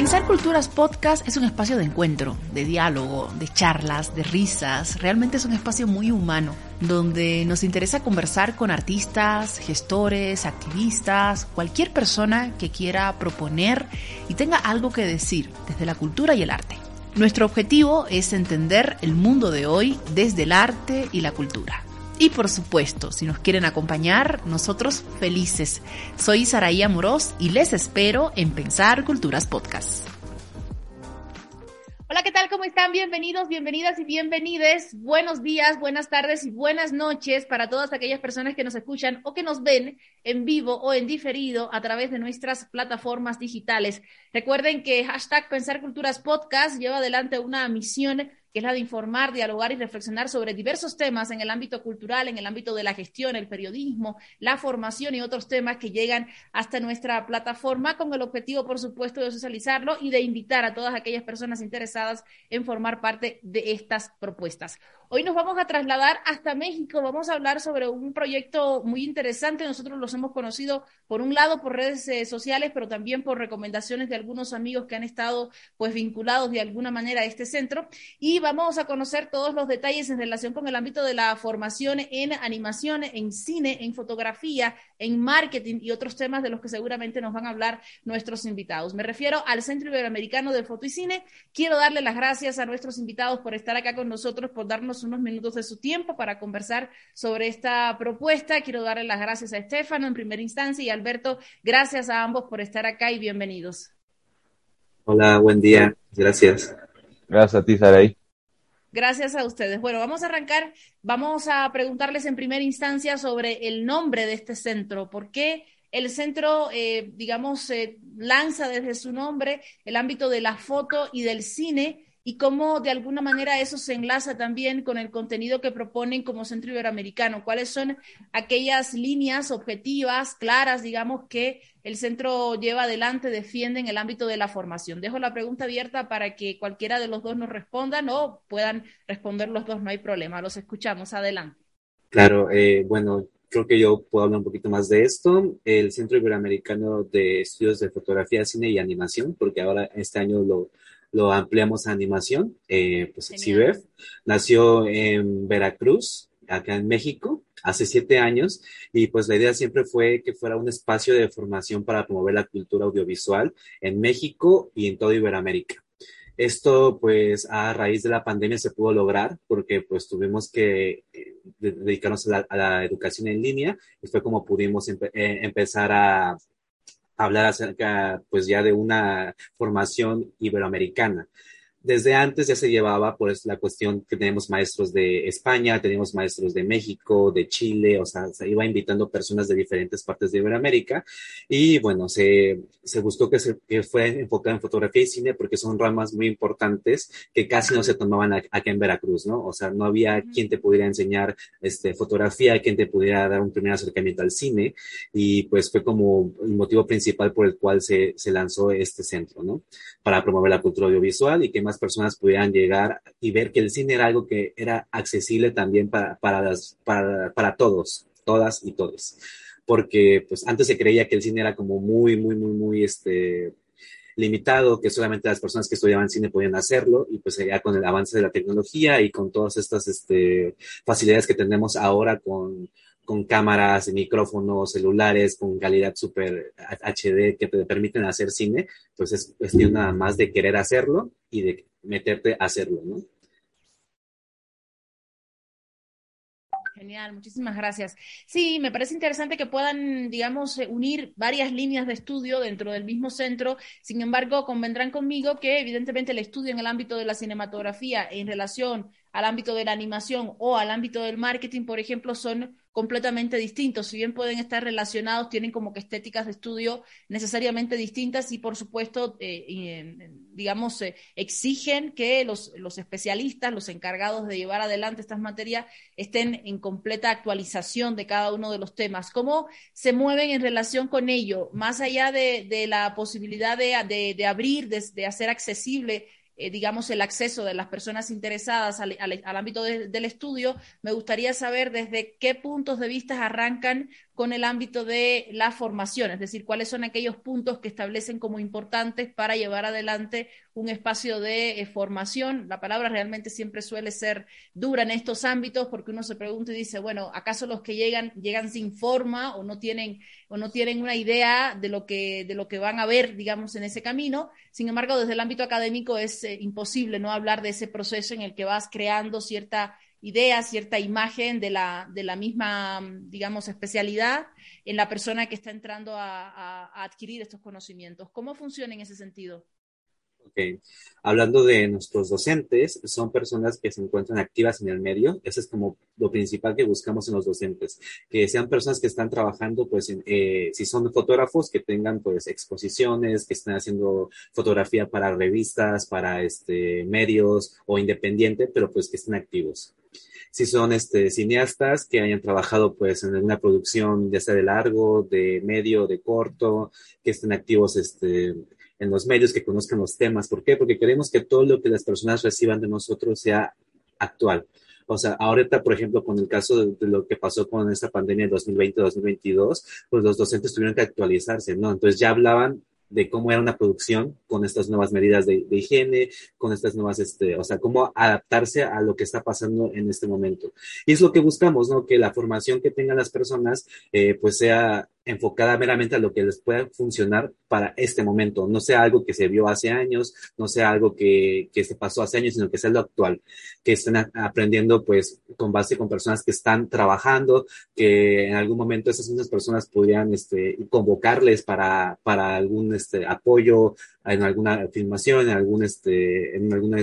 Pensar Culturas Podcast es un espacio de encuentro, de diálogo, de charlas, de risas. Realmente es un espacio muy humano, donde nos interesa conversar con artistas, gestores, activistas, cualquier persona que quiera proponer y tenga algo que decir desde la cultura y el arte. Nuestro objetivo es entender el mundo de hoy desde el arte y la cultura. Y por supuesto, si nos quieren acompañar, nosotros felices. Soy Saraí Amorós y les espero en Pensar Culturas Podcast. Hola, ¿qué tal? ¿Cómo están? Bienvenidos, bienvenidas y bienvenides. Buenos días, buenas tardes y buenas noches para todas aquellas personas que nos escuchan o que nos ven en vivo o en diferido a través de nuestras plataformas digitales. Recuerden que hashtag Pensar Culturas Podcast lleva adelante una misión que es la de informar, dialogar y reflexionar sobre diversos temas en el ámbito cultural, en el ámbito de la gestión, el periodismo, la formación y otros temas que llegan hasta nuestra plataforma con el objetivo, por supuesto, de socializarlo y de invitar a todas aquellas personas interesadas en formar parte de estas propuestas. Hoy nos vamos a trasladar hasta México, vamos a hablar sobre un proyecto muy interesante. Nosotros los hemos conocido, por un lado, por redes sociales, pero también por recomendaciones de algunos amigos que han estado pues vinculados de alguna manera a este centro, y vamos a conocer todos los detalles en relación con el ámbito de la formación en animación, en cine, en fotografía, en marketing y otros temas de los que seguramente nos van a hablar nuestros invitados. Me refiero al Centro Iberoamericano de Foto y Cine. Quiero darle las gracias a nuestros invitados por estar acá con nosotros, por darnos unos minutos de su tiempo para conversar sobre esta propuesta. Quiero darle las gracias a Estefano en primera instancia y a Alberto. Gracias a ambos por estar acá y bienvenidos. Hola, buen día. Gracias. Gracias a ti, Saraí. Gracias a ustedes. Bueno, vamos a arrancar. Vamos a preguntarles en primera instancia sobre el nombre de este centro. ¿Por qué el centro, lanza desde su nombre el ámbito de la foto y del cine? Y cómo de alguna manera eso se enlaza también con el contenido que proponen como Centro Iberoamericano. ¿Cuáles son aquellas líneas objetivas, claras, digamos, que el centro lleva adelante, defiende en el ámbito de la formación? Dejo la pregunta abierta para que cualquiera de los dos nos respondan o puedan responder los dos, no hay problema. Los escuchamos, adelante. Claro, bueno, creo que yo puedo hablar un poquito más de esto. El Centro Iberoamericano de Estudios de Fotografía, Cine y Animación, porque ahora este año lo ampliamos a animación, pues Genial. CIBEF, nació en Veracruz, acá en México, hace 7 años, y pues la idea siempre fue que fuera un espacio de formación para promover la cultura audiovisual en México y en toda Iberoamérica. Esto, pues, a raíz de la pandemia se pudo lograr porque, pues, tuvimos que dedicarnos a la educación en línea y fue como pudimos empezar a hablar acerca, pues, ya de una formación iberoamericana. Desde antes ya se llevaba pues la cuestión que tenemos maestros de España, tenemos maestros de México, de Chile, o sea, se iba invitando personas de diferentes partes de Iberoamérica y bueno, se buscó que fuera enfocado en fotografía y cine porque son ramas muy importantes que casi no se tomaban acá en Veracruz, ¿no? O sea, no había quien te pudiera enseñar fotografía, quien te pudiera dar un primer acercamiento al cine y pues fue como el motivo principal por el cual se lanzó este centro, ¿no? Para promover la cultura audiovisual y que más personas pudieran llegar y ver que el cine era algo que era accesible también para todos, todas y todos. Porque pues antes se creía que el cine era como muy limitado, que solamente las personas que estudiaban cine podían hacerlo, y pues ya con el avance de la tecnología y con todas estas facilidades que tenemos ahora con cámaras, micrófonos, celulares, con calidad super HD que te permiten hacer cine, pues es cuestión nada más de querer hacerlo y de meterte a hacerlo, ¿no? Genial, muchísimas gracias. Sí, me parece interesante que puedan, digamos, unir varias líneas de estudio dentro del mismo centro. Sin embargo, convendrán conmigo que evidentemente el estudio en el ámbito de la cinematografía en relación al ámbito de la animación o al ámbito del marketing, por ejemplo, son completamente distintos. Si bien pueden estar relacionados, tienen como que estéticas de estudio necesariamente distintas y, por supuesto, exigen que los especialistas, los encargados de llevar adelante estas materias, estén en completa actualización de cada uno de los temas. ¿Cómo se mueven en relación con ello? Más allá de la posibilidad de abrir, de hacer accesible el acceso de las personas interesadas al ámbito del estudio, me gustaría saber desde qué puntos de vista arrancan con el ámbito de la formación, es decir, cuáles son aquellos puntos que establecen como importantes para llevar adelante un espacio de formación. La palabra realmente siempre suele ser dura en estos ámbitos porque uno se pregunta y dice, bueno, ¿acaso los que llegan sin forma o no tienen una idea de lo que van a ver, digamos, en ese camino? Sin embargo, desde el ámbito académico es imposible no hablar de ese proceso en el que vas creando cierta idea, cierta imagen de la misma, digamos, especialidad en la persona que está entrando a adquirir estos conocimientos. ¿Cómo funciona en ese sentido? Ok. Hablando de nuestros docentes, son personas que se encuentran activas en el medio. Eso es como lo principal que buscamos en los docentes, que sean personas que están trabajando, pues, si son fotógrafos, que tengan, pues, exposiciones, que estén haciendo fotografía para revistas, para, medios o independiente, pero pues que estén activos. Si son cineastas que hayan trabajado pues en alguna producción, ya sea de largo, de medio, de corto, que estén activos en los medios, que conozcan los temas. ¿Por qué? Porque queremos que todo lo que las personas reciban de nosotros sea actual. O sea, ahorita, por ejemplo, con el caso de lo que pasó con esta pandemia de 2020-2022, pues los docentes tuvieron que actualizarse, ¿no? Entonces ya hablaban de cómo era una producción con estas nuevas medidas de higiene, con estas nuevas, o sea, cómo adaptarse a lo que está pasando en este momento. Y es lo que buscamos, ¿no? Que la formación que tengan las personas, pues sea enfocada meramente a lo que les pueda funcionar para este momento, no sea algo que se vio hace años, no sea algo que se pasó hace años, sino que sea lo actual, que estén aprendiendo pues con base con personas que están trabajando, que en algún momento esas mismas personas podrían convocarles para algún apoyo en alguna filmación, en alguna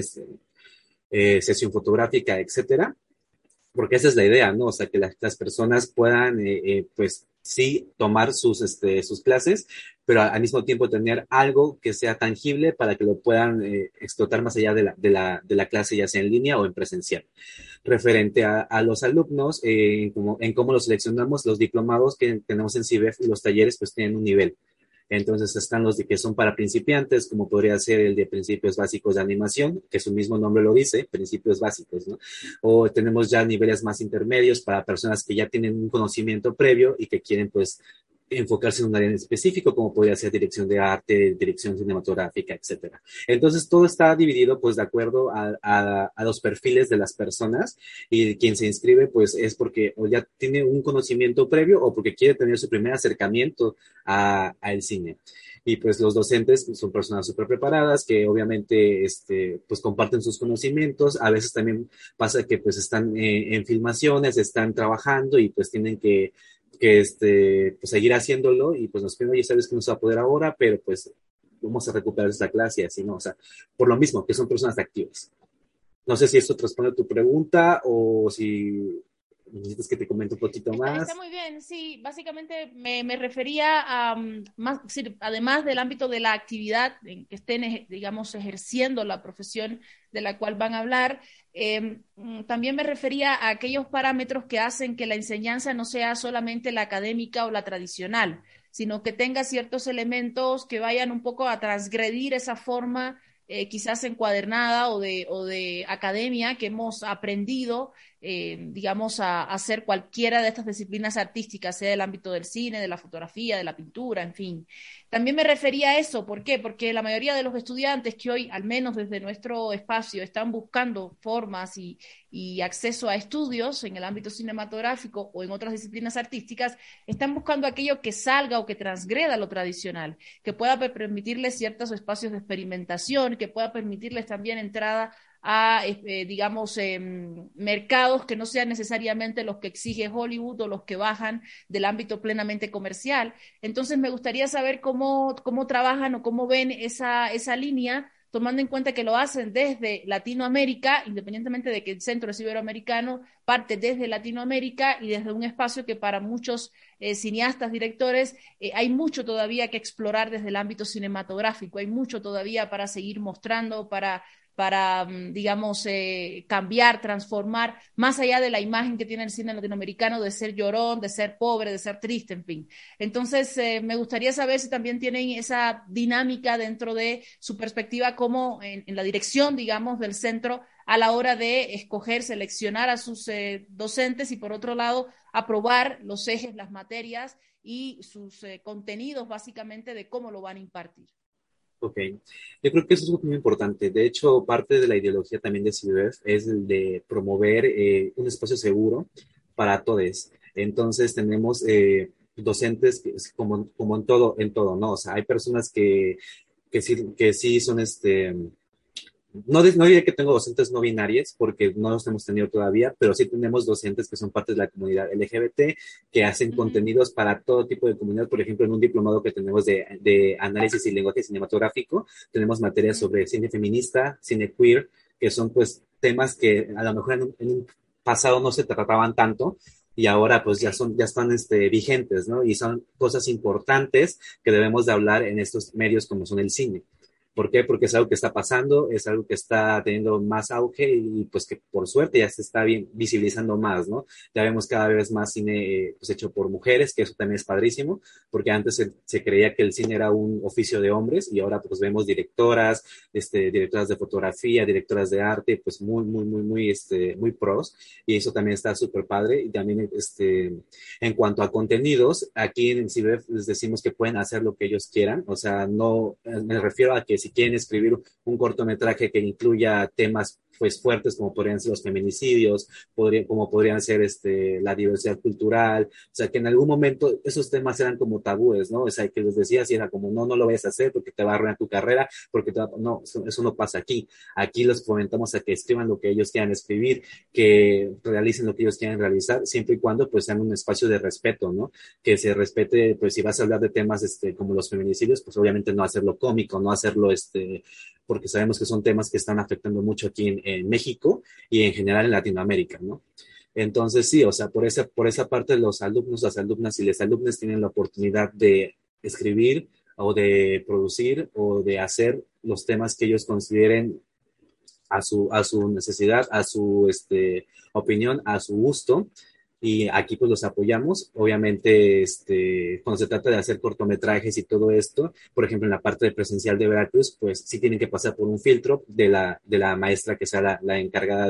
sesión fotográfica, etcétera, porque esa es la idea, ¿no? O sea, que las personas puedan, pues, sí, tomar sus clases, pero al mismo tiempo tener algo que sea tangible para que lo puedan explotar más allá de la clase, ya sea en línea o en presencial. Referente a los alumnos, en cómo los seleccionamos, los diplomados que tenemos en CIBEF y los talleres, pues tienen un nivel. Entonces están los de que son para principiantes, como podría ser el de principios básicos de animación, que su mismo nombre lo dice, principios básicos, ¿no? O tenemos ya niveles más intermedios para personas que ya tienen un conocimiento previo y que quieren, pues, enfocarse en un área en específico, como podría ser dirección de arte, dirección cinematográfica, etcétera. Entonces, todo está dividido, pues, de acuerdo a los perfiles de las personas, y quien se inscribe, pues, es porque o ya tiene un conocimiento previo o porque quiere tener su primer acercamiento al cine. Y pues los docentes son personas súper preparadas que obviamente pues comparten sus conocimientos. A veces también pasa que pues están en filmaciones, están trabajando y pues tienen pues seguir haciéndolo, y pues nos piden, oye, sabes que no se va a poder ahora, pero pues vamos a recuperar esta clase y así, ¿no? O sea, por lo mismo, que son personas activas. No sé si esto te responde a tu pregunta o si necesitas que te comente un poquito Está más. muy bien, sí, básicamente me refería a, más, sí, además del ámbito de la actividad en que estén, digamos, ejerciendo la profesión de la cual van a hablar, también me refería a aquellos parámetros que hacen que la enseñanza no sea solamente la académica o la tradicional, sino que tenga ciertos elementos que vayan un poco a transgredir esa forma quizás encuadernada o de academia que hemos aprendido digamos, a hacer cualquiera de estas disciplinas artísticas, sea del ámbito del cine, de la fotografía, de la pintura, en fin. También me refería a eso, ¿por qué? Porque la mayoría de los estudiantes que hoy, al menos desde nuestro espacio, están buscando formas y acceso a estudios en el ámbito cinematográfico o en otras disciplinas artísticas, están buscando aquello que salga o que transgreda lo tradicional, que pueda permitirles ciertos espacios de experimentación, que pueda permitirles también entrada a, digamos, mercados que no sean necesariamente los que exige Hollywood o los que bajan del ámbito plenamente comercial. Entonces, me gustaría saber cómo trabajan o cómo ven esa línea, tomando en cuenta que lo hacen desde Latinoamérica, independientemente de que el centro es iberoamericano, parte desde Latinoamérica y desde un espacio que para muchos cineastas, directores, hay mucho todavía que explorar desde el ámbito cinematográfico, hay mucho todavía para seguir mostrando, para digamos, cambiar, transformar, más allá de la imagen que tiene el cine latinoamericano de ser llorón, de ser pobre, de ser triste, en fin. Entonces, me gustaría saber si también tienen esa dinámica dentro de su perspectiva, como en la dirección, digamos, del centro, a la hora de escoger, seleccionar a sus docentes y por otro lado, aprobar los ejes, las materias y sus contenidos básicamente de cómo lo van a impartir. Ok, yo creo que eso es muy importante. De hecho, parte de la ideología también de CIBEF es el de promover un espacio seguro para todos. Entonces, tenemos docentes como en todo, ¿no? O sea, hay personas que sí son no diré que tengo docentes no binarias, porque no los hemos tenido todavía, pero sí tenemos docentes que son parte de la comunidad LGBT, que hacen Uh -huh. contenidos para todo tipo de comunidad. Por ejemplo, en un diplomado que tenemos de análisis y lenguaje cinematográfico, tenemos Uh materias -huh. sobre cine feminista, cine queer, que son pues temas que a lo mejor en un pasado no se trataban tanto, y ahora pues Okay. ya están vigentes, ¿no? Y son cosas importantes que debemos de hablar en estos medios como son el cine. ¿Por qué? Porque es algo que está pasando, es algo que está teniendo más auge y pues que por suerte ya se está bien visibilizando más, ¿no? Ya vemos cada vez más cine pues hecho por mujeres, que eso también es padrísimo, porque antes se creía que el cine era un oficio de hombres y ahora pues vemos directoras, directoras de fotografía, directoras de arte, pues muy pros, y eso también está súper padre. Y también en cuanto a contenidos, aquí en CIBEF les decimos que pueden hacer lo que ellos quieran, o sea, no, me refiero a que si quieren escribir un cortometraje que incluya temas pues fuertes como podrían ser los feminicidios, como podrían ser la diversidad cultural, o sea, que en algún momento esos temas eran como tabúes, ¿no? O sea, que les decías y era como, no lo vayas a hacer porque te va a arruinar tu carrera, no, eso no pasa aquí. Aquí los fomentamos a que escriban lo que ellos quieran escribir, que realicen lo que ellos quieran realizar, siempre y cuando pues sean un espacio de respeto, ¿no? Que se respete, pues si vas a hablar de temas como los feminicidios, pues obviamente no hacerlo cómico, no hacerlo porque sabemos que son temas que están afectando mucho aquí en México y en general en Latinoamérica, ¿no? Entonces sí, o sea, por esa parte los alumnos, las alumnas y las alumnas tienen la oportunidad de escribir o de producir o de hacer los temas que ellos consideren a su necesidad, a su opinión, a su gusto. Y aquí pues los apoyamos. Obviamente, cuando se trata de hacer cortometrajes y todo esto, por ejemplo, en la parte de presencial de Veracruz, pues sí tienen que pasar por un filtro de la maestra que sea la encargada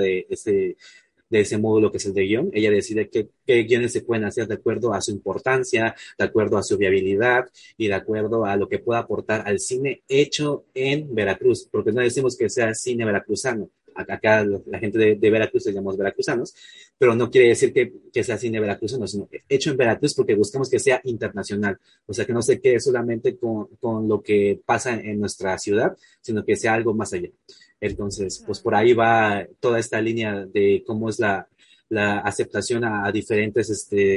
de ese módulo que es el de guión. Ella decide qué guiones se pueden hacer de acuerdo a su importancia, de acuerdo a su viabilidad y de acuerdo a lo que pueda aportar al cine hecho en Veracruz, porque no decimos que sea cine veracruzano. Acá la gente de Veracruz se llamamos veracruzanos, pero no quiere decir que sea cine veracruzano, sino hecho en Veracruz porque buscamos que sea internacional. O sea, que no se quede solamente con lo que pasa en nuestra ciudad, sino que sea algo más allá. Entonces, pues Claro. por ahí va toda esta línea de cómo es la aceptación a diferentes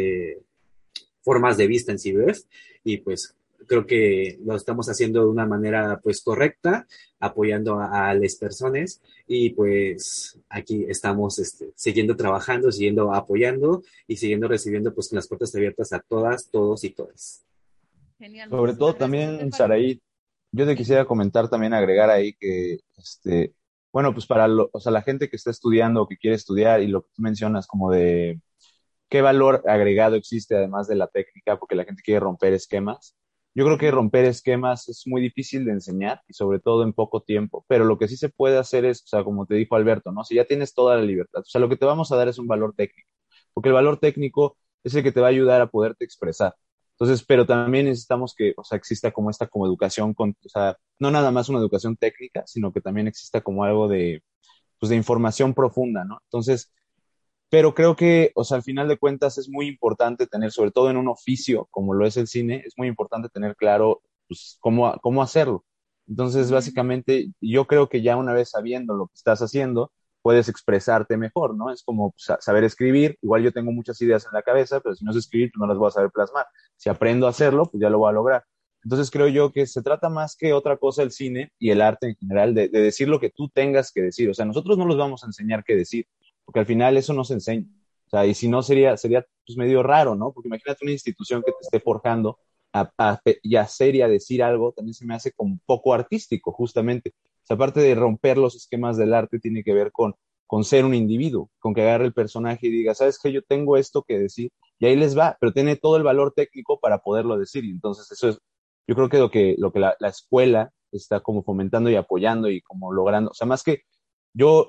formas de vista en CIBEF, y pues creo que lo estamos haciendo de una manera pues correcta, apoyando a las personas, y pues aquí estamos siguiendo trabajando, siguiendo apoyando y siguiendo recibiendo pues con las puertas abiertas a todas, todos y todas. Genial, Sobre muchísimas todo gracias, también, Estefano. Saraí, yo te Sí. quisiera comentar también, agregar ahí que, bueno, pues o sea, la gente que está estudiando o que quiere estudiar y lo que tú mencionas como de qué valor agregado existe además de la técnica, porque la gente quiere romper esquemas. Yo creo que Ujú. romper esquemas es muy difícil de enseñar y sobre todo en poco tiempo, pero lo que sí se puede hacer es, o sea, como te dijo Alberto, ¿no? Si ya tienes toda la libertad, o sea, lo que te vamos a dar es un valor técnico, porque el valor técnico es el que te va a ayudar a poderte expresar. Entonces, pero también necesitamos que, o sea, exista como esta como educación, o sea, no nada más una educación técnica, sino que también exista como algo de, pues, de información profunda, ¿no? Entonces, pero creo que, o sea, al final de cuentas es muy importante tener, sobre todo en un oficio como lo es el cine, es muy importante tener claro, pues, cómo hacerlo. Entonces, Ujú. básicamente, yo creo que ya una vez sabiendo lo que estás haciendo, puedes expresarte mejor, ¿no? Es como pues, saber escribir. Igual yo tengo muchas ideas en la cabeza, pero si no sé escribir, pues no las voy a saber plasmar. Si aprendo a hacerlo, pues ya lo voy a lograr. Entonces creo yo que se trata más que otra cosa el cine y el arte en general de decir lo que tú tengas que decir. O sea, nosotros no los vamos a enseñar qué decir, porque al final eso no se enseña. O sea, y si no sería pues medio raro, ¿no? Porque imagínate una institución que te esté forjando y hacer y a decir algo, también se me hace como poco artístico, justamente. O sea, aparte de romper los esquemas del arte, tiene que ver con ser un individuo, con que agarre el personaje y diga, ¿sabes qué? Yo tengo esto que decir, y ahí les va, pero tiene todo el valor técnico para poderlo decir. Y entonces eso es, yo creo que lo que la escuela está como fomentando y apoyando y como logrando, o sea, más que yo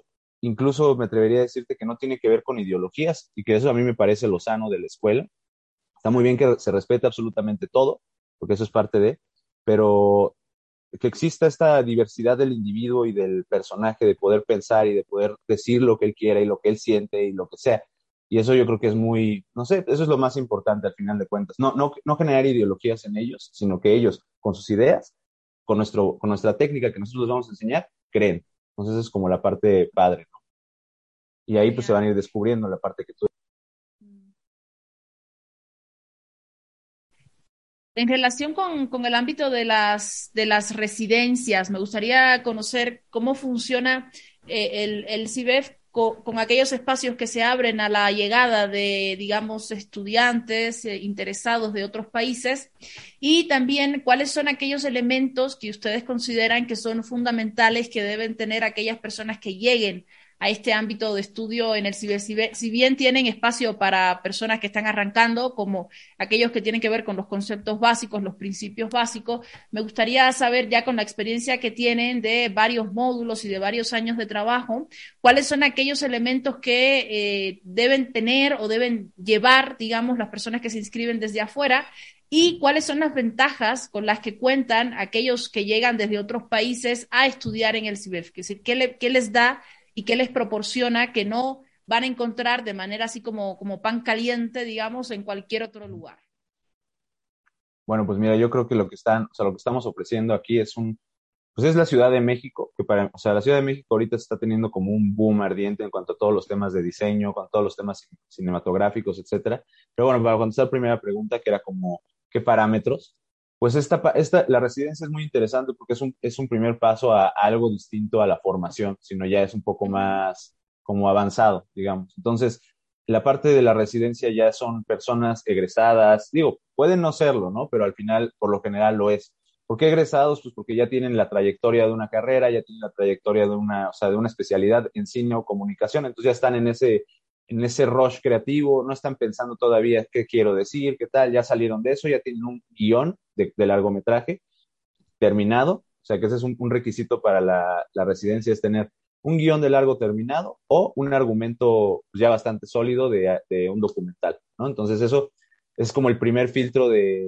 incluso me atrevería a decirte que no tiene que ver con ideologías y que eso a mí me parece lo sano de la escuela. Está muy bien que se respete absolutamente todo, porque eso es parte de, pero que exista esta diversidad del individuo y del personaje, de poder pensar y de poder decir lo que él quiera y lo que él siente y lo que sea. Y eso yo creo que es muy, no sé, eso es lo más importante al final de cuentas. No generar ideologías en ellos, sino que ellos, con sus ideas, con nuestra técnica que nosotros les vamos a enseñar, creen. Entonces es como la parte padre, ¿no? Y ahí pues se van a Genial. ir descubriendo la parte que tú. En relación con el ámbito de las residencias, me gustaría conocer cómo funciona el CIBEF con aquellos espacios que se abren a la llegada de, digamos, estudiantes interesados de otros países y también cuáles son aquellos elementos que ustedes consideran que son fundamentales que deben tener aquellas personas que lleguen a este ámbito de estudio en el CIBEF. Si bien tienen espacio para personas que están arrancando, como aquellos que tienen que ver con los conceptos básicos, los principios básicos. Me gustaría saber ya con la experiencia que tienen de varios módulos y de varios años de trabajo, cuáles son aquellos elementos que deben tener o deben llevar, digamos, las personas que se inscriben desde afuera y cuáles son las ventajas con las que cuentan aquellos que llegan desde otros países a estudiar en el CIBEF. Es decir, qué les da y qué les proporciona que no van a encontrar de manera así como pan caliente, digamos, en cualquier otro lugar. Bueno, pues mira, yo creo que o sea, lo que estamos ofreciendo aquí pues es la Ciudad de México, o sea, la Ciudad de México ahorita está teniendo como un boom ardiente en cuanto a todos los temas de diseño, con todos los temas cinematográficos, etcétera. Pero bueno, para contestar la primera pregunta, que era como, ¿qué parámetros? Pues la residencia es muy interesante porque es un primer paso a algo distinto a la formación, sino ya es un poco más como avanzado, digamos. Entonces, la parte de la residencia ya son personas egresadas, digo, pueden no serlo, ¿no? Pero al final, por lo general, lo es. ¿Por qué egresados? Pues porque ya tienen la trayectoria de una carrera, ya tienen la trayectoria o sea, de una especialidad en cine o comunicación, entonces ya están en ese rush creativo, no están pensando todavía qué quiero decir, qué tal, ya salieron de eso, ya tienen un guión de largometraje terminado, o sea que ese es un requisito para la residencia, es tener un guión de largo terminado o un argumento pues, ya bastante sólido de un documental, ¿no? Entonces eso es como el primer filtro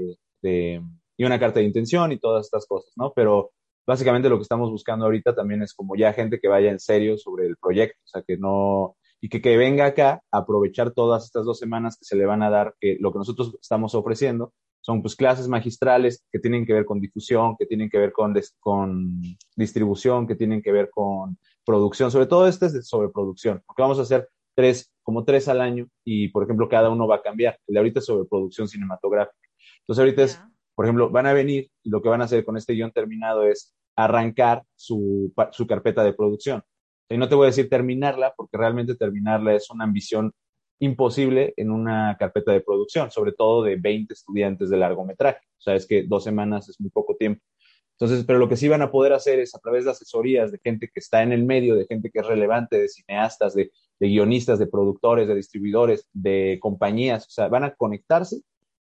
y una carta de intención y todas estas cosas, ¿no? Pero básicamente lo que estamos buscando ahorita también es como ya gente que vaya en serio sobre el proyecto, o sea, que no, y que venga acá a aprovechar todas estas 2 semanas que se le van a dar, que lo que nosotros estamos ofreciendo son pues clases magistrales que tienen que ver con difusión, que tienen que ver con distribución, que tienen que ver con producción, sobre todo este es sobre producción, porque vamos a hacer como tres al año y, por ejemplo, cada uno va a cambiar. El de ahorita es sobre producción cinematográfica. Entonces, ahorita es, Ya. por ejemplo, van a venir y lo que van a hacer con este guión terminado es arrancar su carpeta de producción. Y no te voy a decir terminarla, porque realmente terminarla es una ambición imposible en una carpeta de producción, sobre todo de 20 estudiantes de largometraje. O sea, es que 2 semanas es muy poco tiempo. Entonces, pero lo que sí van a poder hacer es a través de asesorías de gente que está en el medio, de gente que es relevante, de cineastas, de guionistas, de productores, de distribuidores, de compañías, o sea, van a conectarse,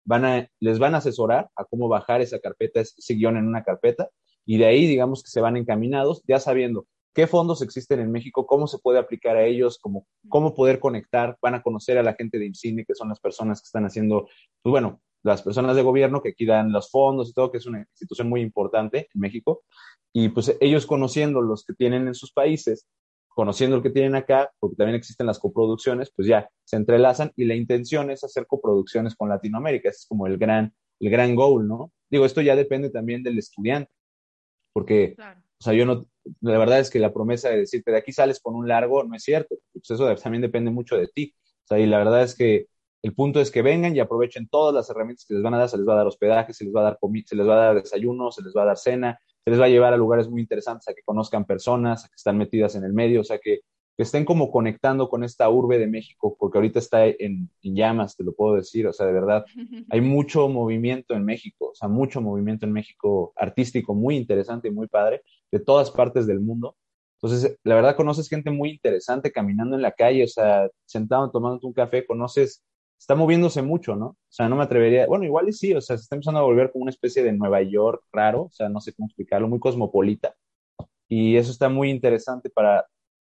les van a asesorar a cómo bajar esa carpeta, ese guión en una carpeta, y de ahí, digamos que se van encaminados, ya sabiendo qué fondos existen en México, cómo se puede aplicar a ellos, cómo poder conectar, van a conocer a la gente de IMCINE, que son las personas que están haciendo, pues bueno, las personas de gobierno que aquí dan los fondos y todo, que es una institución muy importante en México, y pues ellos conociendo los que tienen en sus países, conociendo el que tienen acá, porque también existen las coproducciones, pues ya se entrelazan y la intención es hacer coproducciones con Latinoamérica, ese es como el gran goal, ¿no? Digo, esto ya depende también del estudiante, porque, Claro. o sea, yo no, la verdad es que la promesa de decirte de aquí sales con un largo no es cierto, pues eso también depende mucho de ti, o sea, y la verdad es que el punto es que vengan y aprovechen todas las herramientas que les van a dar, se les va a dar hospedaje, se les va a dar comida, se les va a dar desayuno, se les va a dar cena, se les va a llevar a lugares muy interesantes, a que conozcan personas, a que están metidas en el medio, o sea, que estén como conectando con esta urbe de México, porque ahorita está en llamas, te lo puedo decir, o sea, de verdad, hay mucho movimiento en México, o sea, mucho movimiento en México artístico muy interesante y muy padre, de todas partes del mundo. Entonces, la verdad, conoces gente muy interesante caminando en la calle, o sea, sentado tomando un café, conoces, está moviéndose mucho, ¿no? O sea, no me atrevería, bueno, igual y sí, o sea, se está empezando a volver como una especie de Nueva York raro, o sea, no sé cómo explicarlo, muy cosmopolita, y eso está muy interesante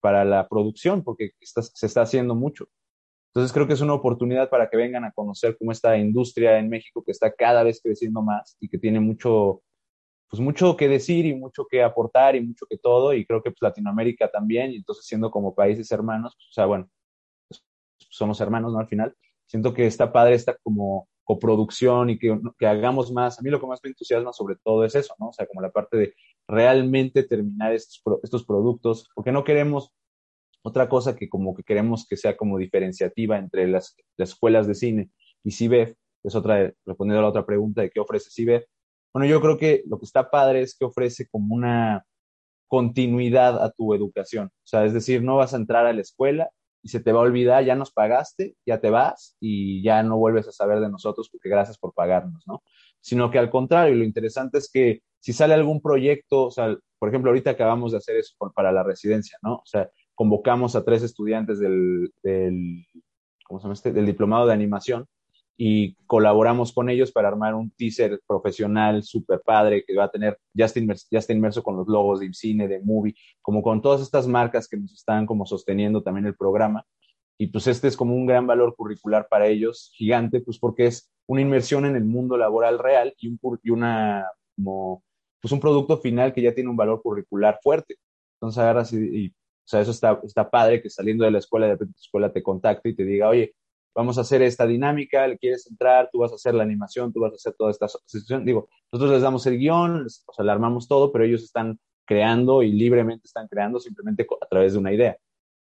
para la producción, porque se está haciendo mucho. Entonces creo que es una oportunidad para que vengan a conocer cómo esta industria en México que está cada vez creciendo más y que tiene mucho, pues mucho que decir y mucho que aportar y mucho que todo, y creo que pues Latinoamérica también, y entonces siendo como países hermanos, pues, o sea, bueno, pues, somos hermanos, ¿no? Al final, siento que está padre esta como coproducción y que hagamos más. A mí lo que más me entusiasma sobre todo es eso, ¿no? O sea, como la parte de realmente terminar estos productos, porque no queremos otra cosa que como que queremos que sea como diferenciativa entre las escuelas de cine y CIBEF, es otra, respondiendo a la otra pregunta de qué ofrece CIBEF. Bueno, yo creo que lo que está padre es que ofrece como una continuidad a tu educación. O sea, es decir, no vas a entrar a la escuela y se te va a olvidar, ya nos pagaste, ya te vas y ya no vuelves a saber de nosotros porque gracias por pagarnos, ¿no? Sino que al contrario, lo interesante es que si sale algún proyecto, o sea, por ejemplo, ahorita acabamos de hacer eso para la residencia, ¿no? O sea, convocamos a 3 estudiantes ¿cómo se llama este? Del diplomado de animación y colaboramos con ellos para armar un teaser profesional súper padre que va a tener, ya está inmerso con los logos de IMCINE, de Movie, como con todas estas marcas que nos están como sosteniendo también el programa. Y pues este es como un gran valor curricular para ellos, gigante, pues porque es una inmersión en el mundo laboral real y una, como, pues un producto final que ya tiene un valor curricular fuerte. Entonces agarras o sea, eso está padre que saliendo de la escuela, de repente tu escuela te contacte y te diga, oye, vamos a hacer esta dinámica, le quieres entrar, tú vas a hacer la animación, tú vas a hacer toda esta situación. Digo, nosotros les damos el guión, o sea, le armamos todo, pero ellos están creando y libremente están creando simplemente a través de una idea.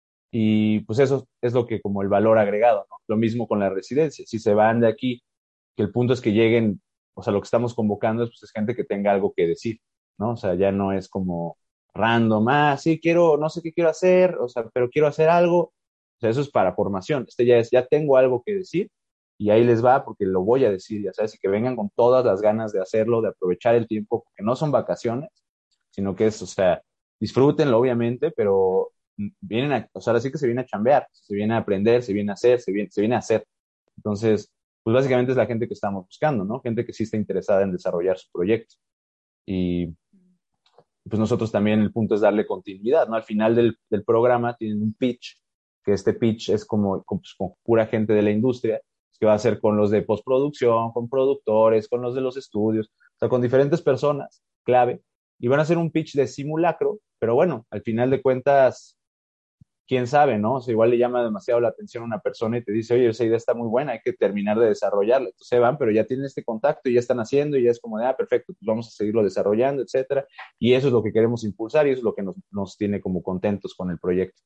Y pues eso es lo que como el valor agregado, ¿no? Lo mismo con la residencia. Si se van de aquí, que el punto es que lleguen, o sea, lo que estamos convocando es, pues, es gente que tenga algo que decir, ¿no? O sea, ya no es como random, sí, quiero, no sé qué quiero hacer, o sea, pero quiero hacer algo. O sea, eso es para formación. Ya tengo algo que decir y ahí les va porque lo voy a decir, ya sabes, y que vengan con todas las ganas de hacerlo, de aprovechar el tiempo, porque no son vacaciones, sino que es, o sea, disfrútenlo obviamente, pero vienen o sea, ahora sí que se viene a chambear, se viene a aprender, se viene a hacer, se viene a hacer. Entonces, pues básicamente es la gente que estamos buscando, ¿no? Gente que sí está interesada en desarrollar su proyecto. Y pues nosotros también el punto es darle continuidad, ¿no? Al final del programa tienen un pitch, que este pitch es pues, con pura gente de la industria, que va a ser con los de postproducción, con productores, con los de los estudios, o sea, con diferentes personas clave, y van a hacer un pitch de simulacro, pero bueno, al final de cuentas quién sabe, ¿no? O sea, igual le llama demasiado la atención a una persona y te dice, oye, esa idea está muy buena, hay que terminar de desarrollarla. Entonces se van, pero ya tienen este contacto y ya están haciendo y ya es como de, perfecto, pues vamos a seguirlo desarrollando, etcétera. Y eso es lo que queremos impulsar y eso es lo que nos tiene como contentos con el proyecto.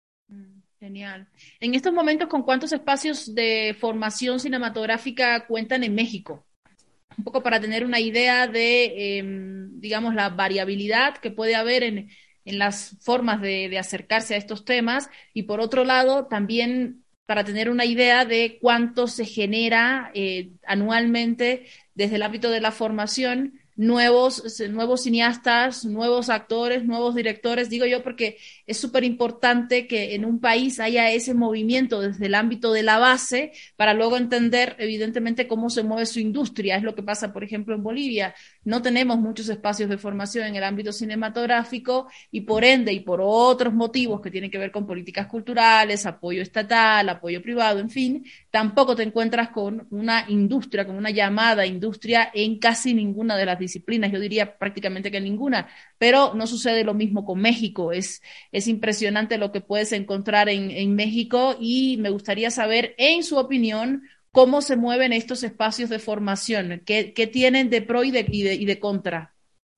Genial. En estos momentos, ¿con cuántos espacios de formación cinematográfica cuentan en México? Un poco para tener una idea de, digamos, la variabilidad que puede haber en las formas de acercarse a estos temas y por otro lado, también para tener una idea de cuánto se genera anualmente desde el ámbito de la formación nuevos cineastas, nuevos actores, nuevos directores, digo yo, porque es súper importante que en un país haya ese movimiento desde el ámbito de la base para luego entender, evidentemente, cómo se mueve su industria. Es lo que pasa, por ejemplo, en Bolivia. No tenemos muchos espacios de formación en el ámbito cinematográfico y por ende y por otros motivos que tienen que ver con políticas culturales, apoyo estatal, apoyo privado, en fin, tampoco te encuentras con una industria, con una llamada industria en casi ninguna de las disciplinas, yo diría prácticamente que ninguna, pero no sucede lo mismo con México, es impresionante lo que puedes encontrar en México y me gustaría saber, en su opinión, cómo se mueven estos espacios de formación, qué tienen de pro y de contra.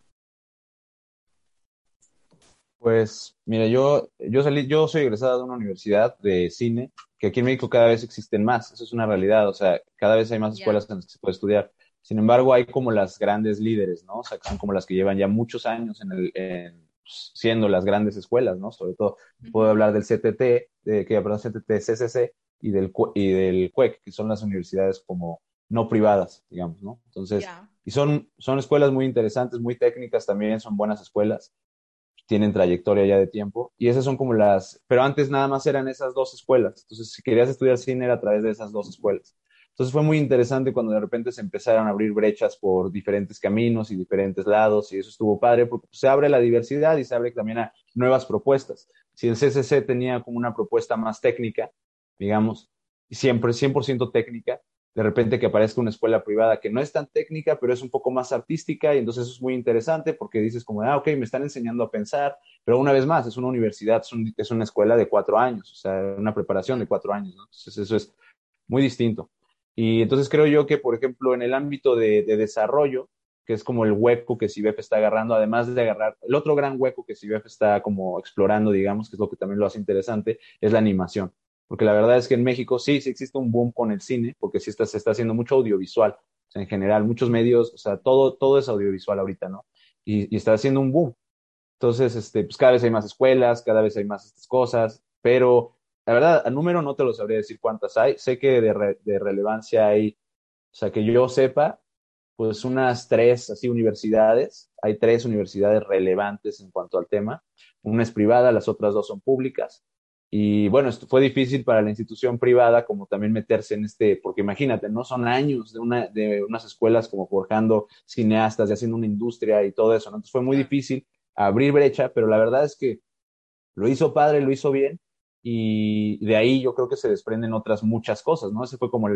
Pues mira, yo soy egresado de una universidad de cine, que aquí en México cada vez existen más, eso es una realidad, o sea, cada vez hay más Ya. escuelas en las que se puede estudiar. Sin embargo, hay como las grandes líderes, ¿no? O sea, que son como las que llevan ya muchos años siendo las grandes escuelas, ¿no? Sobre todo, puedo hablar del CTT, perdón, CTT, CCC y del CUEC, que son las universidades como no privadas, digamos, ¿no? Entonces, Ya. y son escuelas muy interesantes, muy técnicas también, son buenas escuelas, tienen trayectoria ya de tiempo, y esas son como pero antes nada más eran esas dos escuelas, entonces si querías estudiar cine era a través de esas dos escuelas. Entonces fue muy interesante cuando de repente se empezaron a abrir brechas por diferentes caminos y diferentes lados, y eso estuvo padre porque pues, se abre la diversidad y se abre también a nuevas propuestas. Si el CCC tenía como una propuesta más técnica, digamos, y siempre 100% técnica, de repente que aparezca una escuela privada que no es tan técnica, pero es un poco más artística, y entonces eso es muy interesante porque dices como, ok, me están enseñando a pensar, pero una vez más, es una universidad, es una escuela de 4 años, o sea, una preparación de 4 años, ¿no? Entonces eso es muy distinto. Y entonces creo yo que, por ejemplo, en el ámbito de desarrollo, que es como el hueco que CIBEF está agarrando, además de agarrar, el otro gran hueco que CIBEF está como explorando, digamos, que es lo que también lo hace interesante, es la animación. Porque la verdad es que en México sí existe un boom con el cine, porque se está haciendo mucho audiovisual, o sea, en general, muchos medios, o sea, todo es audiovisual ahorita, ¿no? Y está haciendo un boom. Entonces, pues cada vez hay más escuelas, cada vez hay más estas cosas, pero la verdad, a número no te lo sabría decir cuántas hay. Sé que de relevancia hay, o sea, que yo sepa, pues unas tres, así, universidades. Hay tres universidades relevantes en cuanto al tema. Una es privada, las otras dos son públicas. Y bueno, esto fue difícil para la institución privada como también meterse en porque imagínate, no son años de unas escuelas como forjando cineastas y haciendo una industria y todo eso, ¿no? Entonces fue muy Claro. difícil abrir brecha, pero la verdad es que lo hizo padre, lo hizo bien, y de ahí yo creo que se desprenden otras muchas cosas, ¿no? Ese fue como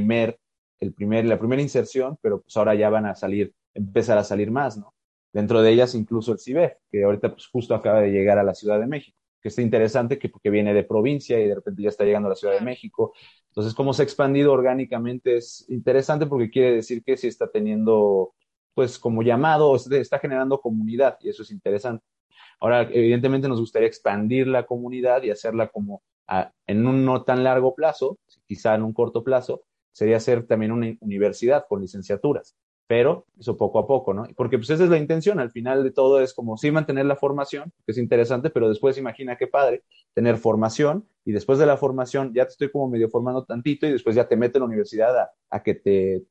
la primera inserción, pero pues ahora ya van a salir, empezar a salir más, ¿no? Dentro de ellas incluso el CIBEF, que ahorita pues justo acaba de llegar a la Ciudad de México, que está interesante porque viene de provincia y de repente ya está llegando a la Ciudad de Claro. México. Entonces, cómo se ha expandido orgánicamente es interesante porque quiere decir que sí está teniendo, pues como llamado, está generando comunidad y eso es interesante. Ahora, evidentemente nos gustaría expandir la comunidad y hacerla como en un no tan largo plazo, quizá en un corto plazo, sería hacer también una universidad con licenciaturas, pero eso poco a poco, ¿no? Porque pues esa es la intención, al final de todo es como sí mantener la formación, que es interesante, pero después imagina qué padre tener formación y después de la formación ya te estoy como medio formando tantito y después ya te mete en la universidad a que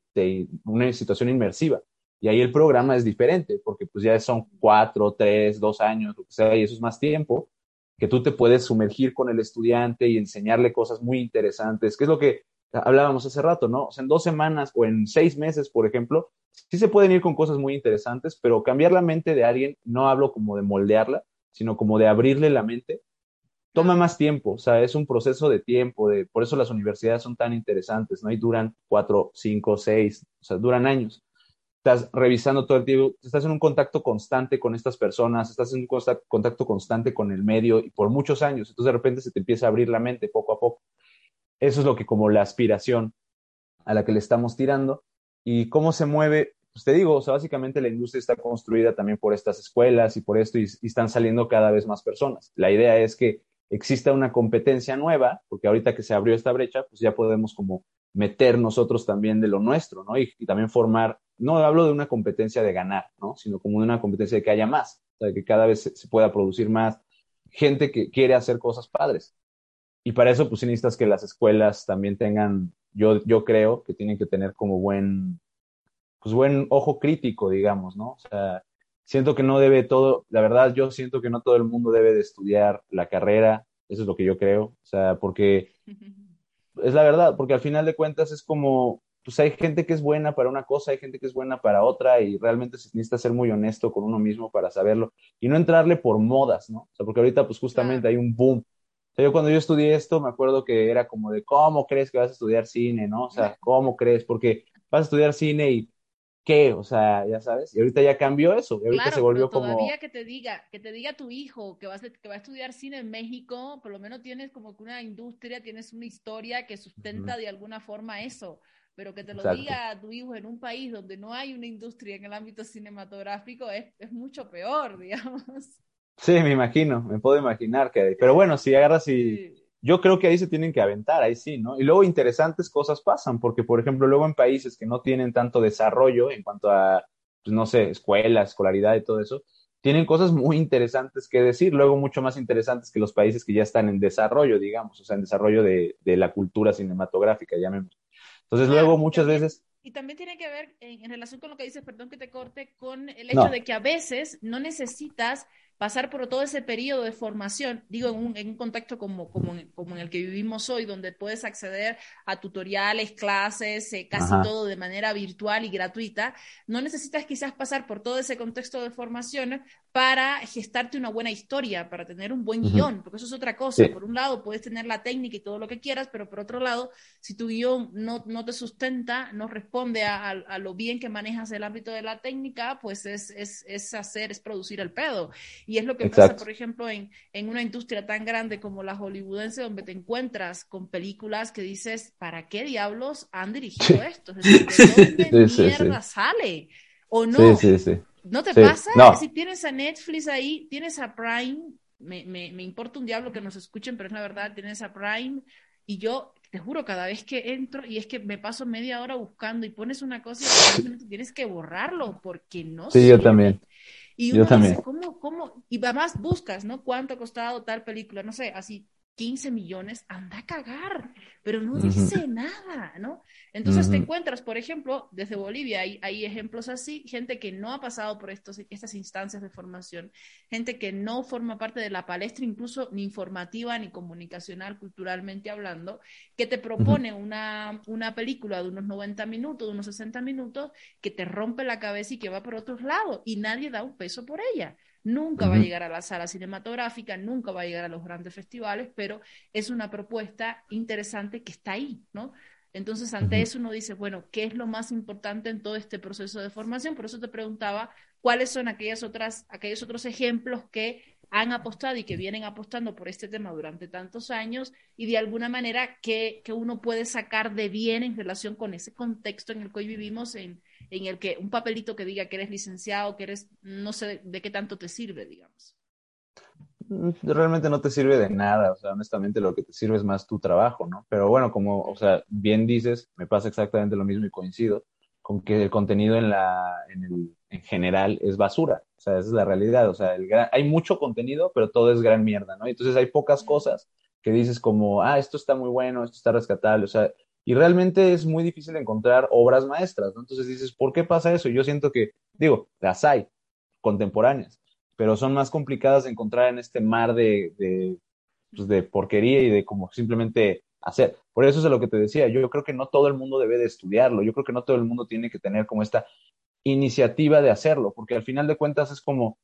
una situación inmersiva. Y ahí el programa es diferente, porque pues ya son 4, 3, 2 años, lo que sea, y eso es más tiempo, que tú te puedes sumergir con el estudiante y enseñarle cosas muy interesantes, que es lo que hablábamos hace rato, ¿no? O sea, en 2 semanas o en 6 meses, por ejemplo, sí se pueden ir con cosas muy interesantes, pero cambiar la mente de alguien, no hablo como de moldearla, sino como de abrirle la mente, toma Claro. más tiempo, o sea, es un proceso de tiempo, por eso las universidades son tan interesantes, ¿no? Y duran 4, 5, 6, o sea, duran años. Estás revisando todo el tiempo, estás en un contacto constante con estas personas, estás en un contacto constante con el medio y por muchos años, entonces de repente se te empieza a abrir la mente poco a poco. Eso es lo que como la aspiración a la que le estamos tirando. ¿Y cómo se mueve? Pues te digo, o sea, básicamente la industria está construida también por estas escuelas y por esto, y están saliendo cada vez más personas. La idea es que exista una competencia nueva, porque ahorita que se abrió esta brecha, pues ya podemos como meter nosotros también de lo nuestro, ¿no? Y también formar, no hablo de una competencia de ganar, ¿no? Sino como de una competencia de que haya más, o sea, que cada vez se pueda producir más gente que quiere hacer cosas padres. Y para eso, pues sí necesitas que las escuelas también tengan, yo creo que tienen que tener como pues buen ojo crítico, digamos, ¿no? O sea, siento que no debe todo, la verdad, yo siento que no todo el mundo debe de estudiar la carrera, eso es lo que yo creo, o sea, porque es la verdad, porque al final de cuentas es como, pues hay gente que es buena para una cosa, hay gente que es buena para otra, y realmente se necesita ser muy honesto con uno mismo para saberlo, y no entrarle por modas, ¿no? O sea, porque ahorita pues justamente Claro. hay un boom. O sea, yo cuando yo estudié esto me acuerdo que era como de, ¿cómo crees que vas a estudiar cine, no? O sea, ¿cómo crees? Porque vas a estudiar cine y ¿qué? O sea, ya sabes, y ahorita ya cambió eso, y ahorita se Claro, pero volvió como, todavía que te diga tu hijo que va a estudiar cine en México, por lo menos tienes como que una industria, tienes una historia que ujú, sustenta de alguna forma eso, pero que te lo exacto. diga tu hijo en un país donde no hay una industria en el ámbito cinematográfico es mucho peor, digamos. Sí, me imagino, me puedo imaginar que, pero bueno, si agarras y Sí, yo creo que ahí se tienen que aventar, ahí sí, ¿no? Y luego interesantes cosas pasan, porque por ejemplo, luego en países que no tienen tanto desarrollo en cuanto a, pues no sé, escuela, escolaridad y todo eso, tienen cosas muy interesantes que decir, luego mucho más interesantes que los países que ya están en desarrollo, digamos, o sea, en desarrollo de la cultura cinematográfica, llamemos. Entonces, claro, luego muchas veces, y también tiene que ver en relación con lo que dices, perdón que te corte, con el hecho no, de que a veces no necesitas pasar por todo ese periodo de formación, digo, en un contexto como en el que vivimos hoy, donde puedes acceder a tutoriales, clases, casi Ajá. todo de manera virtual y gratuita, no necesitas quizás pasar por todo ese contexto de formación para gestarte una buena historia, para tener un buen Ujú. guión, porque eso es otra cosa. Sí, Por un lado, puedes tener la técnica y todo lo que quieras, pero por otro lado, si tu guión no te sustenta, no responde a lo bien que manejas el ámbito de la técnica, pues es producir el pedo. Y es lo que pasa, exacto. por ejemplo, en una industria tan grande como la hollywoodense, donde te encuentras con películas que dices, ¿para qué diablos han dirigido esto? Es decir, ¿de dónde Sí, sí, sí. mierda sale? ¿O Sí, no? sí, sí. ¿No te Sí, pasa? Si no. tienes a Netflix ahí, tienes a Prime, me importa un diablo que nos escuchen, pero es la verdad, tienes a Prime y yo te juro, cada vez que entro y es que me paso media hora buscando y pones una cosa y a los 10 minutos tienes que borrarlo porque no Sí, yo sirve. también. Y Yo uno también. dice, ¿cómo? Y además buscas, ¿no? ¿Cuánto ha costado tal película? No sé, así 15 millones, anda a cagar, pero no Ujú, dice nada, ¿no? Entonces te ujú, encuentras, por ejemplo, desde Bolivia hay ejemplos así, gente que no ha pasado por estas instancias de formación, gente que no forma parte de la palestra, incluso ni informativa ni comunicacional, culturalmente hablando, que te ujú, propone una película de unos 90 minutos, de unos 60 minutos, que te rompe la cabeza y que va por otros lados, y nadie da un peso por ella. Nunca va a ujú, llegar a la sala cinematográfica, nunca va a llegar a los grandes festivales, pero es una propuesta interesante que está ahí, ¿no? Entonces, ante ujú. eso uno dice, bueno, ¿qué es lo más importante en todo este proceso de formación? Por eso te preguntaba cuáles son aquellos otros ejemplos que han apostado y que vienen apostando por este tema durante tantos años y de alguna manera que uno puede sacar de bien en relación con ese contexto en el que hoy vivimos, en el que un papelito que diga que eres licenciado, que eres, no sé de qué tanto te sirve, digamos. Realmente no te sirve de nada, o sea, honestamente lo que te sirve es más tu trabajo, ¿no? Pero bueno, como, o sea, bien dices, me pasa exactamente lo mismo y coincido con que el contenido en general es basura, o sea, esa es la realidad, o sea, hay mucho contenido, pero todo es gran mierda, ¿no? Entonces hay pocas cosas que dices como, ah, esto está muy bueno, esto está rescatable, o sea, y realmente es muy difícil encontrar obras maestras, ¿no? Entonces dices, ¿por qué pasa eso? Yo siento que, digo, las hay contemporáneas, pero son más complicadas de encontrar en este mar pues de porquería y de como simplemente hacer. Por eso es lo que te decía, yo creo que no todo el mundo debe de estudiarlo, yo creo que no todo el mundo tiene que tener como esta iniciativa de hacerlo, porque al final de cuentas es como,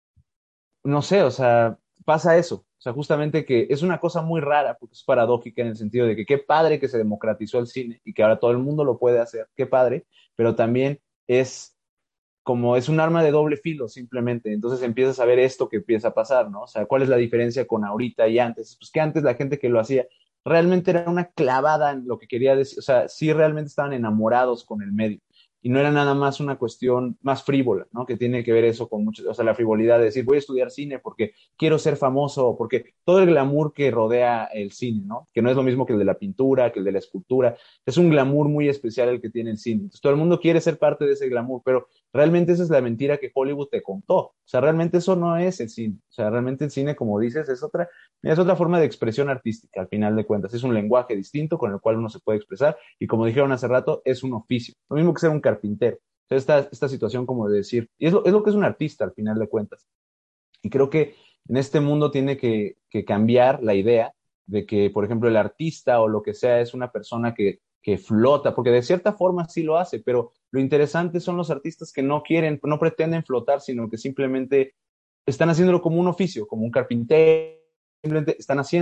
no sé, o sea, pasa eso, o sea, justamente que es una cosa muy rara, porque es paradójica en el sentido de que qué padre que se democratizó el cine y que ahora todo el mundo lo puede hacer, qué padre, pero también es como es un arma de doble filo simplemente. Entonces empiezas a ver esto que empieza a pasar, ¿no? O sea, ¿cuál es la diferencia con ahorita y antes? Pues que antes la gente que lo hacía realmente era una clavada en lo que quería decir, o sea, sí realmente estaban enamorados con el medio. Y no era nada más una cuestión más frívola, ¿no? Que tiene que ver eso con mucho, o sea, la frivolidad de decir, voy a estudiar cine porque quiero ser famoso, porque todo el glamour que rodea el cine, ¿no? Que no es lo mismo que el de la pintura, que el de la escultura. Es un glamour muy especial el que tiene el cine. Entonces, todo el mundo quiere ser parte de ese glamour, pero realmente esa es la mentira que Hollywood te contó. O sea, realmente eso no es el cine. O sea, realmente el cine, como dices, es otra forma de expresión artística, al final de cuentas. Es un lenguaje distinto con el cual uno se puede expresar y como dijeron hace rato, es un oficio. Lo mismo que ser un carpintero. O sea, esta situación como de decir, y es lo que es un artista al final de cuentas. Y creo que en este mundo tiene que cambiar la idea de que, por ejemplo, el artista o lo que sea es una persona que flota, porque de cierta forma sí lo hace, pero lo interesante son los artistas que no quieren, no pretenden flotar, sino que simplemente están haciéndolo como un oficio, como un carpintero, simplemente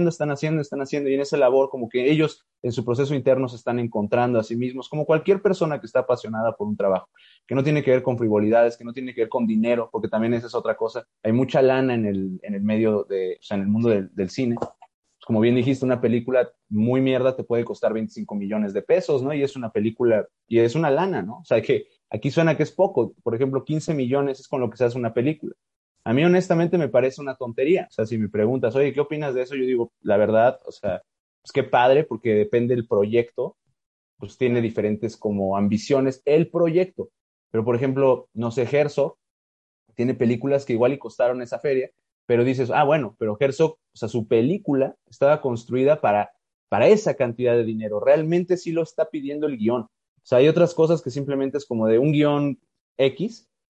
están haciendo, y en esa labor como que ellos en su proceso interno se están encontrando a sí mismos, como cualquier persona que está apasionada por un trabajo, que no tiene que ver con frivolidades, que no tiene que ver con dinero, porque también esa es otra cosa, hay mucha lana en el medio o sea, en el mundo Sí. del cine, como bien dijiste, una película muy mierda te puede costar 25 millones de pesos, ¿no? Y es una película, y es una lana, ¿no? O sea, que aquí suena que es poco. Por ejemplo, 15 millones es con lo que se hace una película. A mí honestamente me parece una tontería. O sea, si me preguntas, oye, ¿qué opinas de eso? Yo digo, la verdad, o sea, pues qué padre, porque depende del proyecto, pues tiene Claro. diferentes como ambiciones el proyecto. Pero, por ejemplo, no sé, Herzog tiene películas que igual y costaron esa feria, pero dices, ah, bueno, pero Herzog, o sea, su película estaba construida para esa cantidad de dinero. Realmente sí lo está pidiendo el guión. O sea, hay otras cosas que simplemente es como de un guión X,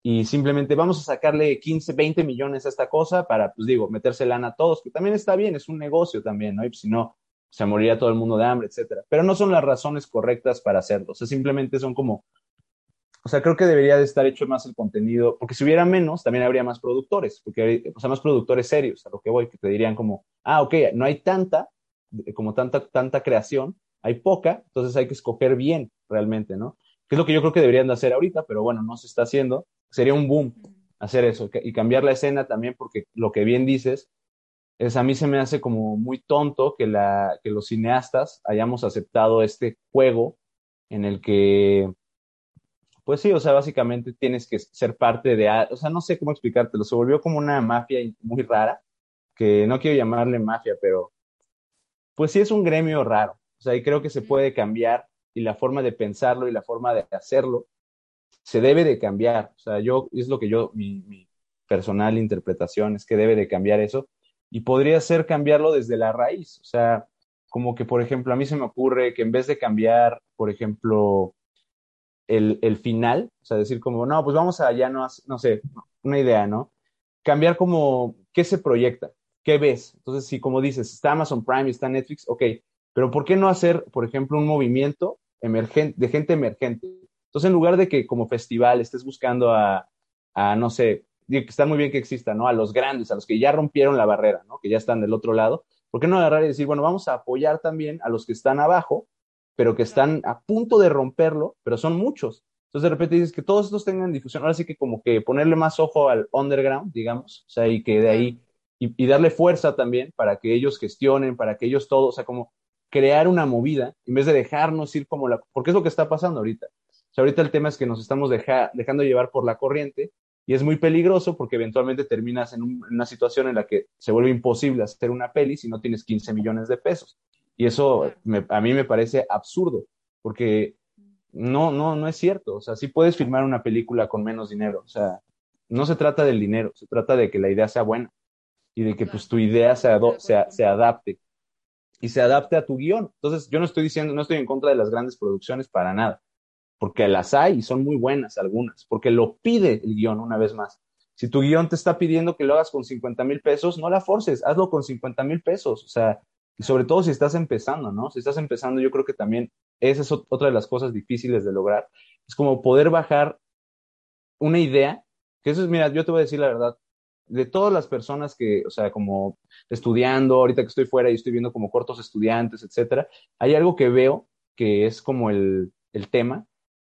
y simplemente vamos a sacarle 15, 20 millones a esta cosa para, pues digo, meterse lana a todos, que también está bien, es un negocio también, ¿no? Y pues, si no, se moriría todo el mundo de hambre, etcétera. Pero no son las razones correctas para hacerlo, o sea, simplemente son como, o sea, creo que debería de estar hecho más el contenido, porque si hubiera menos, también habría más productores, porque, o sea, más productores serios, a lo que voy, que te dirían como, ah, ok, no hay tanta, como tanta creación, hay poca, entonces hay que escoger bien realmente, ¿no? Que es lo que yo creo que deberían de hacer ahorita, pero bueno, no se está haciendo. Sería un boom hacer eso y cambiar la escena también, porque lo que bien dices es, a mí se me hace como muy tonto que los cineastas hayamos aceptado este juego en el que pues sí, o sea, básicamente tienes que ser parte de, o sea, no sé cómo explicártelo, se volvió como una mafia muy rara, que no quiero llamarle mafia, pero pues sí es un gremio raro, o sea, y creo que se puede cambiar y la forma de pensarlo y la forma de hacerlo se debe de cambiar, o sea, es lo que mi personal interpretación es que debe de cambiar eso y podría ser cambiarlo desde la raíz, o sea, como que, por ejemplo, a mí se me ocurre que en vez de cambiar, por ejemplo, el final, o sea, decir como, no, pues vamos a ya no sé, una idea, ¿no? Cambiar como, ¿qué se proyecta? ¿Qué ves? Entonces, si como dices, está Amazon Prime, está Netflix, ok, pero ¿por qué no hacer, por ejemplo, un movimiento emergente, de gente emergente? Entonces, en lugar de que como festival estés buscando no sé, digo que está muy bien que exista, ¿no? A los grandes, a los que ya rompieron la barrera, ¿no? Que ya están del otro lado, ¿por qué no agarrar y decir, bueno, vamos a apoyar también a los que están abajo, pero que están a punto de romperlo, pero son muchos? Entonces de repente dices que todos estos tengan difusión. Ahora sí que como que ponerle más ojo al underground, digamos, o sea, y que de ahí, y darle fuerza también para que ellos gestionen, para que ellos todos, o sea, como crear una movida, en vez de dejarnos ir como porque es lo que está pasando ahorita. O sea, ahorita el tema es que nos estamos dejando llevar por la corriente y es muy peligroso porque eventualmente terminas en una situación en la que se vuelve imposible hacer una peli si no tienes 15 millones de pesos. Y eso a mí me parece absurdo, porque no es cierto. O sea, sí puedes filmar una película con menos dinero. O sea, no se trata del dinero, se trata de que la idea sea buena y de que pues tu idea Totalmente de acuerdo se contigo. adapte y se adapte a tu guión. Entonces, yo no estoy diciendo, no estoy en contra de las grandes producciones para nada, porque las hay y son muy buenas algunas, porque lo pide el guión una vez más. Si tu guión te está pidiendo que lo hagas con 50,000 pesos, no la forces, hazlo con 50,000 pesos. O sea, y sobre todo si estás empezando, ¿no? Si estás empezando, yo creo que también esa es otra de las cosas difíciles de lograr. Es como poder bajar una idea, que eso es, mira, yo te voy a decir la verdad, de todas las personas que, o sea, como estudiando, ahorita que estoy fuera y estoy viendo como cortos estudiantes, etcétera, hay algo que veo que es como el tema,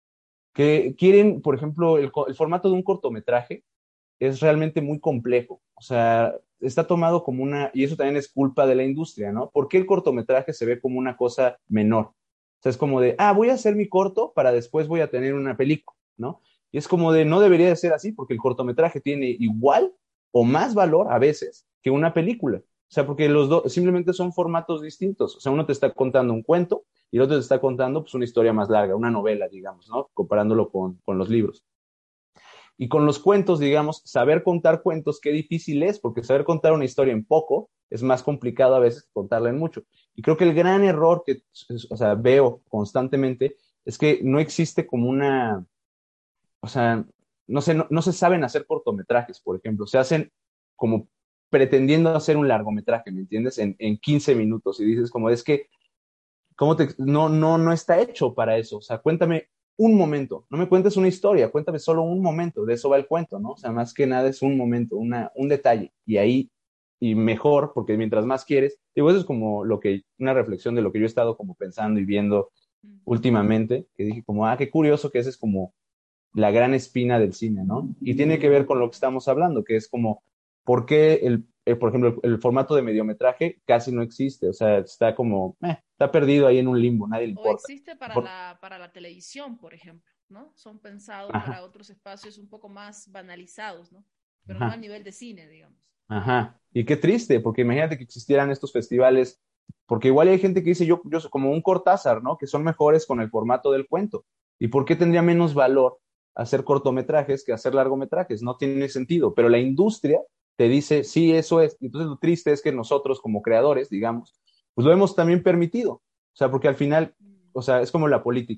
que quieren, por ejemplo, el formato de un cortometraje es realmente muy complejo. O sea, está tomado como y eso también es culpa de la industria, ¿no? ¿Por qué el cortometraje se ve como una cosa menor? O sea, es como de, voy a hacer mi corto para después voy a tener una película, ¿no? Y es como de, no debería de ser así, porque el cortometraje tiene igual o más valor a veces que una película. O sea, porque los dos simplemente son formatos distintos. O sea, uno te está contando un cuento y el otro te está contando pues una historia más larga, una novela, digamos, ¿no? Comparándolo con los libros. Y con los cuentos, digamos, saber contar cuentos, qué difícil es, porque saber contar una historia en poco es más complicado a veces que contarla en mucho. Y creo que el gran error que, o sea, veo constantemente es que no existe como o sea, no se saben hacer cortometrajes, por ejemplo, se hacen como pretendiendo hacer un largometraje, ¿me entiendes? En 15 minutos y dices como, es que no está hecho para eso. O sea, cuéntame un momento, no me cuentes una historia, cuéntame solo un momento, de eso va el cuento, ¿no? O sea, más que nada es un momento, un detalle, y ahí, y mejor, porque mientras más quieres, digo, eso es como una reflexión de lo que yo he estado como pensando y viendo últimamente, que dije como, qué curioso que esa es como la gran espina del cine, ¿no? Y tiene que ver con lo que estamos hablando, que es como, ¿por qué por ejemplo, el formato de mediometraje casi no existe? O sea, está como, está perdido ahí en un limbo, nadie le O importa. existe para la televisión, por ejemplo, ¿no? Son pensados Ajá, para otros espacios un poco más banalizados, ¿no? Pero no al ajá, nivel de cine, digamos. ajá. Y qué triste, porque imagínate que existieran estos festivales, porque igual hay gente que dice, yo soy como un Cortázar, ¿no? Que son mejores con el formato del cuento. ¿Y por qué tendría menos valor hacer cortometrajes que hacer largometrajes? No tiene sentido, pero la industria te dice, sí, eso es. Y entonces lo triste es que nosotros como creadores, digamos, pues lo hemos también permitido. O sea, porque al final, o sea, es como la política.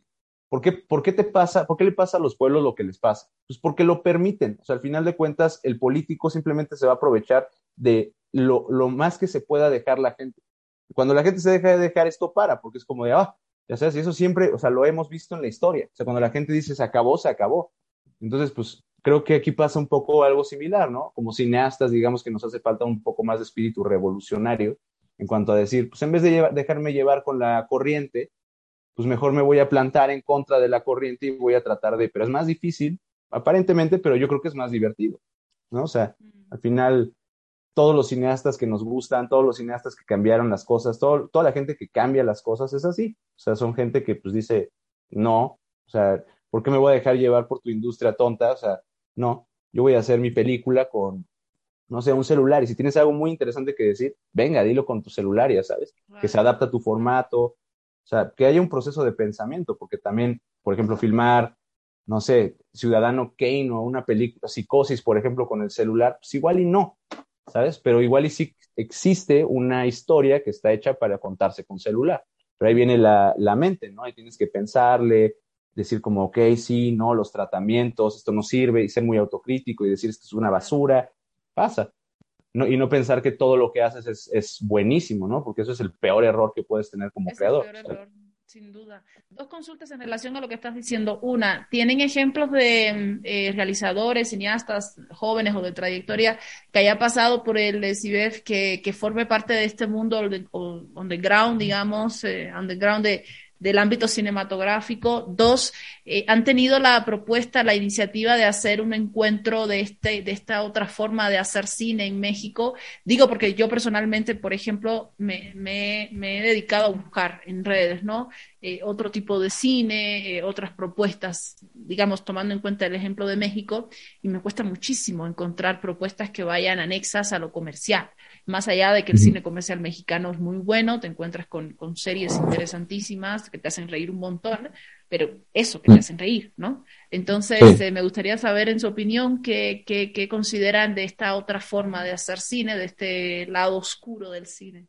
por qué por qué le pasa a los pueblos lo que les pasa? Pues porque lo permiten. O sea, al final de cuentas, el político simplemente se va a aprovechar de lo más que se pueda dejar la gente. Cuando la gente se deja de dejar, esto para, porque es como de, ya sabes, y eso siempre, o sea, lo hemos visto en la historia. O sea, cuando la gente dice se acabó, se acabó. Entonces, pues creo que aquí pasa un poco algo similar, ¿no? Como cineastas, digamos que nos hace falta un poco más de espíritu revolucionario en cuanto a decir, pues en vez de dejarme llevar con la corriente, pues mejor me voy a plantar en contra de la corriente y voy a tratar de, pero es más difícil, aparentemente, pero yo creo que es más divertido, ¿no? O sea, al final, todos los cineastas que nos gustan, todos los cineastas que cambiaron las cosas, toda la gente que cambia las cosas es así. O sea, son gente que pues dice, no, o sea, ¿por qué me voy a dejar llevar por tu industria tonta? O sea, no, yo voy a hacer mi película con, no sé, un celular. Y si tienes algo muy interesante que decir, venga, dilo con tu celular, ya sabes, que se Claro. adapta a tu formato, o sea, que haya un proceso de pensamiento, porque también, por ejemplo, filmar, no sé, Ciudadano Kane o una película, Psicosis, por ejemplo, con el celular, pues igual y no, ¿sabes? Pero igual y sí existe una historia que está hecha para contarse con celular. Pero ahí viene la mente, ¿no? Ahí tienes que pensarle, decir como, ok, sí, no, los tratamientos, esto no sirve, y ser muy autocrítico y decir esto es una Claro. basura, pasa. No, y no pensar que todo lo que haces es buenísimo, ¿no? Porque eso es el peor error que puedes tener como Es el creador. peor O sea, error, sin duda. Dos consultas en relación a lo que estás diciendo. Una, ¿tienen ejemplos de realizadores, cineastas jóvenes o de trayectoria que haya pasado por el CIBEF que forme parte de este mundo underground, digamos, underground del ámbito cinematográfico? Dos, ¿han tenido la propuesta, la iniciativa de hacer un encuentro de esta otra forma de hacer cine en México? Digo porque yo personalmente, por ejemplo, me he dedicado a buscar en redes, ¿no? Otro tipo de cine, otras propuestas, digamos, tomando en cuenta el ejemplo de México, y me cuesta muchísimo encontrar propuestas que vayan anexas a lo comercial. Más allá de que el ujú. cine comercial mexicano es muy bueno, te encuentras con series interesantísimas que te hacen reír un montón, pero eso, que te hacen reír, ¿no? Entonces, Sí. me gustaría saber, en su opinión, qué consideran de esta otra forma de hacer cine, de este lado oscuro del cine.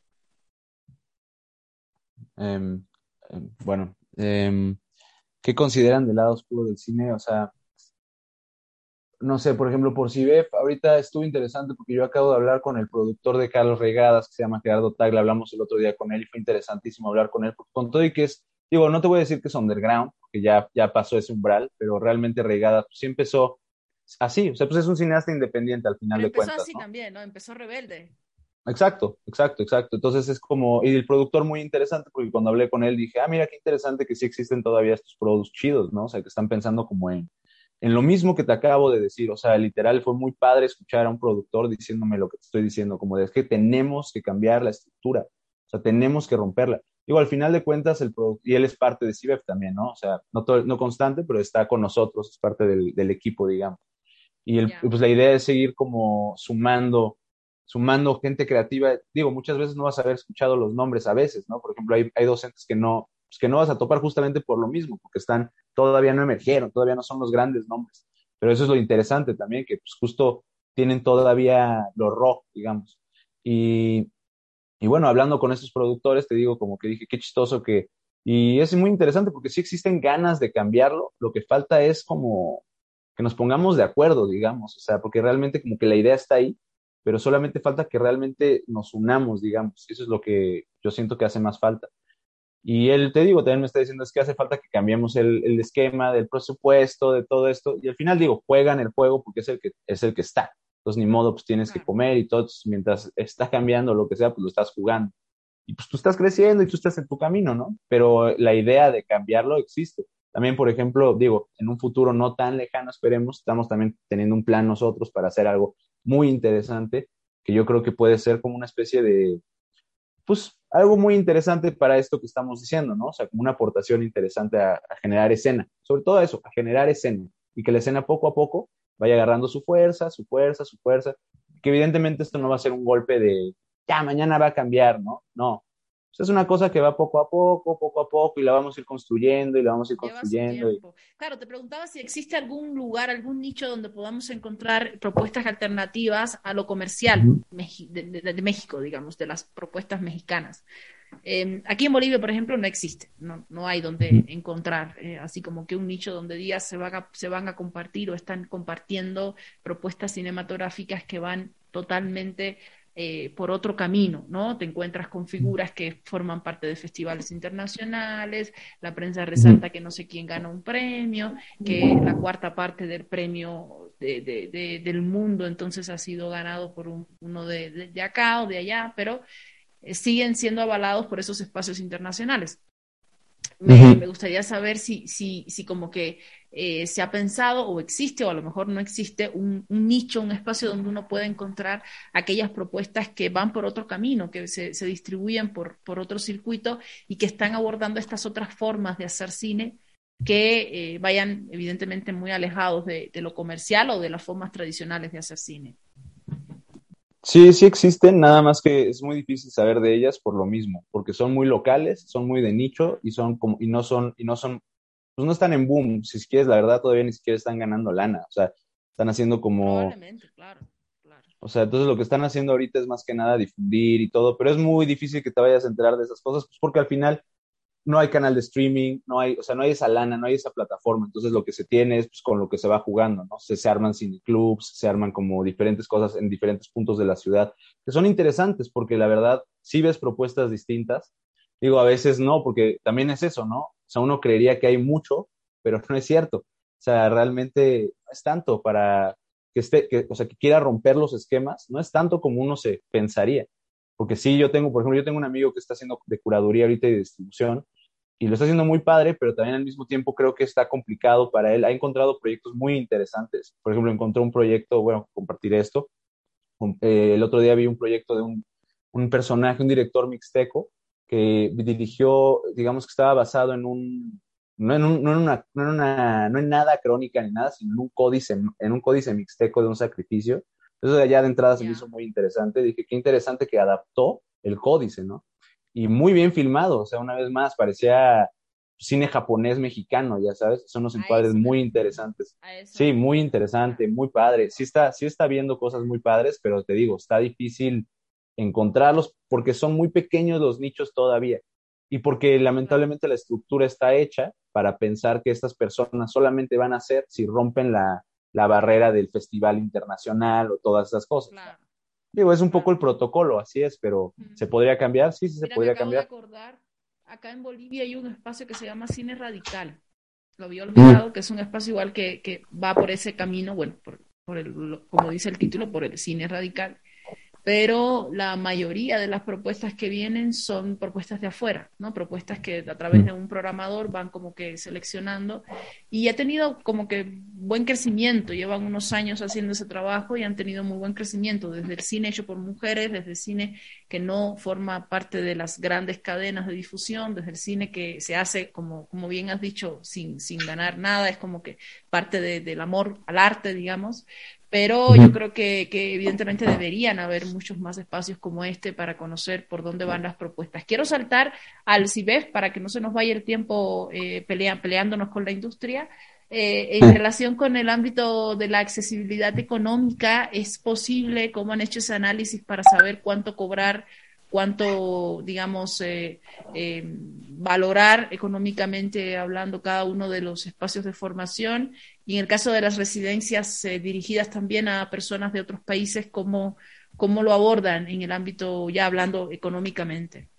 Em, bueno, ¿qué consideran del lado oscuro del cine? O sea, no sé, por ejemplo, por CIBEF, ahorita estuvo interesante porque yo acabo de hablar con el productor de Carlos Regadas, que se llama Gerardo Tagla, hablamos el otro día con él y fue interesantísimo hablar con él, porque con todo y que es, digo, no te voy a decir que es underground, porque ya pasó ese umbral, pero realmente Regadas pues, sí empezó así, o sea, pues es un cineasta independiente al final Pero de empezó cuentas, así ¿no? también, ¿no? Empezó rebelde. Exacto, exacto, exacto. Entonces es como, y el productor muy interesante, porque cuando hablé con él dije, mira qué interesante que sí existen todavía estos productos chidos, ¿no? O sea, que están pensando como en lo mismo que te acabo de decir. O sea, literal fue muy padre escuchar a un productor diciéndome lo que te estoy diciendo, como de es que tenemos que cambiar la estructura, o sea, tenemos que romperla. Digo, al final de cuentas, y él es parte de CIBEF también, ¿no? O sea, no constante, pero está con nosotros, es parte del equipo, digamos. Ya. Pues la idea es seguir como sumando gente creativa. Digo, muchas veces no vas a haber escuchado los nombres a veces, ¿no? Por ejemplo, hay docentes pues que no vas a topar justamente por lo mismo, porque todavía no emergieron, todavía no son los grandes nombres. Pero eso es lo interesante también, que pues justo tienen todavía lo rock, digamos. Y, y bueno, hablando con estos productores, te digo como que dije, qué chistoso y es muy interesante porque sí existen ganas de cambiarlo, lo que falta es como que nos pongamos de acuerdo, digamos, o sea, porque realmente como que la idea está ahí, pero solamente falta que realmente nos unamos, digamos, eso es lo que yo siento que hace más falta. Y él, te digo, también me está diciendo es que hace falta que cambiemos el esquema del presupuesto, de todo esto, y al final digo, juegan el juego porque es el que está. Entonces, ni modo, pues tienes que Claro. comer y todo, entonces, mientras está cambiando lo que sea, pues lo estás jugando. Y pues tú estás creciendo y tú estás en tu camino, ¿no? Pero la idea de cambiarlo existe. También, por ejemplo, digo, en un futuro no tan lejano, esperemos, estamos también teniendo un plan nosotros para hacer algo muy interesante, que yo creo que puede ser como una especie de, pues, algo muy interesante para esto que estamos diciendo, ¿no? O sea, como una aportación interesante a generar escena, sobre todo eso, a generar escena, y que la escena poco a poco vaya agarrando su fuerza, su fuerza, su fuerza, que evidentemente esto no va a ser un golpe de, ya, mañana va a cambiar, ¿no? No. O sea, es una cosa que va poco a poco, y la vamos a ir construyendo, y la vamos a ir Lleva su construyendo, y tiempo. Claro, te preguntaba si existe algún lugar, algún nicho donde podamos encontrar propuestas alternativas a lo comercial Ujú. de México, digamos, de las propuestas mexicanas. Aquí en Bolivia, por ejemplo, no existe, no hay donde encontrar, así como que un nicho donde días se van a compartir o están compartiendo propuestas cinematográficas que van totalmente por otro camino, ¿no? Te encuentras con figuras que forman parte de festivales internacionales, la prensa resalta que no sé quién gana un premio, que la cuarta parte del premio del mundo entonces ha sido ganado por uno de acá o de allá, pero siguen siendo avalados por esos espacios internacionales. Me gustaría saber si como que se ha pensado o existe, o a lo mejor no existe, un nicho, un espacio donde uno pueda encontrar aquellas propuestas que van por otro camino, que se distribuyen por otro circuito y que están abordando estas otras formas de hacer cine que vayan evidentemente muy alejados de lo comercial o de las formas tradicionales de hacer cine. Sí, sí existen, nada más que es muy difícil saber de ellas por lo mismo, porque son muy locales, son muy de nicho y son como, y no son, pues no están en boom, si quieres, la verdad todavía ni siquiera están ganando lana, o sea, están haciendo como, Probablemente, claro, claro. o sea, entonces lo que están haciendo ahorita es más que nada difundir y todo, pero es muy difícil que te vayas a enterar de esas cosas, pues porque al final no hay canal de streaming, no hay, o sea, no hay esa lana, no hay esa plataforma. Entonces lo que se tiene es pues, con lo que se va jugando, ¿no? Se arman cineclubs, se arman como diferentes cosas en diferentes puntos de la ciudad, que son interesantes porque la verdad sí ves propuestas distintas. Digo, a veces no, porque también es eso, ¿no? O sea, uno creería que hay mucho, pero no es cierto. O sea, realmente no es tanto para que esté, que, o sea, que quiera romper los esquemas, no es tanto como uno se pensaría. Porque sí, yo tengo, por ejemplo, yo tengo un amigo que está haciendo de curaduría ahorita y de distribución, y lo está haciendo muy padre, pero también al mismo tiempo creo que está complicado para él. Ha encontrado proyectos muy interesantes. Por ejemplo, encontró un proyecto, bueno, compartiré esto. El otro día vi un proyecto de un personaje, un director mixteco, que dirigió, digamos que estaba basado en un, no en nada crónica ni nada, sino en un códice mixteco de un sacrificio. Eso de allá de entrada se me hizo Ya. muy interesante. Dije, qué interesante que adaptó el códice, ¿no? Y muy bien filmado, o sea, una vez más, parecía cine japonés mexicano, ya sabes, son unos A encuadres eso me muy refiero, interesantes. a eso Sí, me muy refiero, interesante, claro. muy padre. Sí está viendo cosas muy padres, pero te digo, está difícil encontrarlos porque son muy pequeños los nichos todavía y porque Claro, lamentablemente la estructura está hecha para pensar que estas personas solamente van a ser si rompen la barrera del festival internacional o todas esas cosas, ¿no? claro, Digo, es un poco claro. el protocolo, así es, pero ¿se Mm. podría cambiar? Sí, sí se Mira, me podría acabo de cambiar. acordar, acá en Bolivia hay un espacio que se llama Cine Radical. Lo había Mm. olvidado, que es un espacio igual que va por ese camino, bueno, por como dice el título, por el cine radical, pero la mayoría de las propuestas que vienen son propuestas de afuera, ¿no? Propuestas que a través de un programador van como que seleccionando y ha tenido como que buen crecimiento, llevan unos años haciendo ese trabajo y han tenido muy buen crecimiento, desde el cine hecho por mujeres, desde el cine que no forma parte de las grandes cadenas de difusión, desde el cine que se hace, como bien has dicho, sin ganar nada, es como que parte del amor al arte, digamos, pero yo Ujú. creo que evidentemente deberían haber muchos más espacios como este para conocer por dónde van las propuestas. Quiero saltar al CIBEF para que no se nos vaya el tiempo peleándonos con la industria. En relación con el ámbito de la accesibilidad económica, ¿es posible, cómo han hecho ese análisis para saber cuánto cobrar, cuánto, digamos, valorar económicamente hablando cada uno de los espacios de formación? Y en el caso de las residencias dirigidas también a personas de otros países, ¿cómo lo abordan en el ámbito ya hablando económicamente?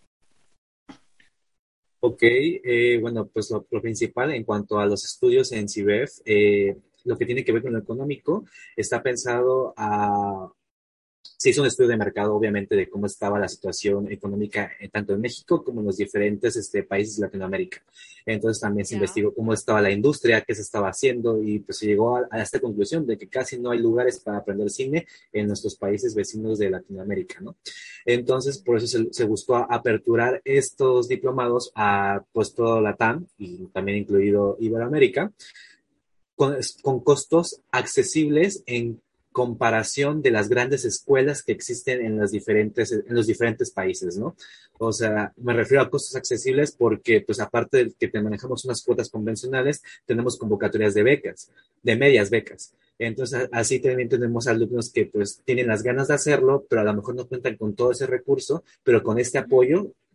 Ok, bueno, pues lo principal en cuanto a los estudios en CIBEF, lo que tiene que ver con lo económico, está pensado a se hizo un estudio de mercado, obviamente, de cómo estaba la situación económica tanto en México como en los diferentes países de Latinoamérica. Entonces también se Ya. investigó cómo estaba la industria, qué se estaba haciendo y pues se llegó a esta conclusión de que casi no hay lugares para aprender cine en nuestros países vecinos de Latinoamérica, ¿no? Entonces, por eso se buscó aperturar estos diplomados a pues todo Latam y también incluido Iberoamérica con costos accesibles en comparación de las grandes escuelas que existen en los diferentes países, ¿no? O sea, me refiero a costos accesibles porque, pues, aparte de que te manejamos unas cuotas convencionales, tenemos convocatorias de becas, de medias becas. Entonces, así también tenemos alumnos que, pues, tienen las ganas de hacerlo, pero a lo mejor no cuentan con todo ese recurso, pero con este Ujú. apoyo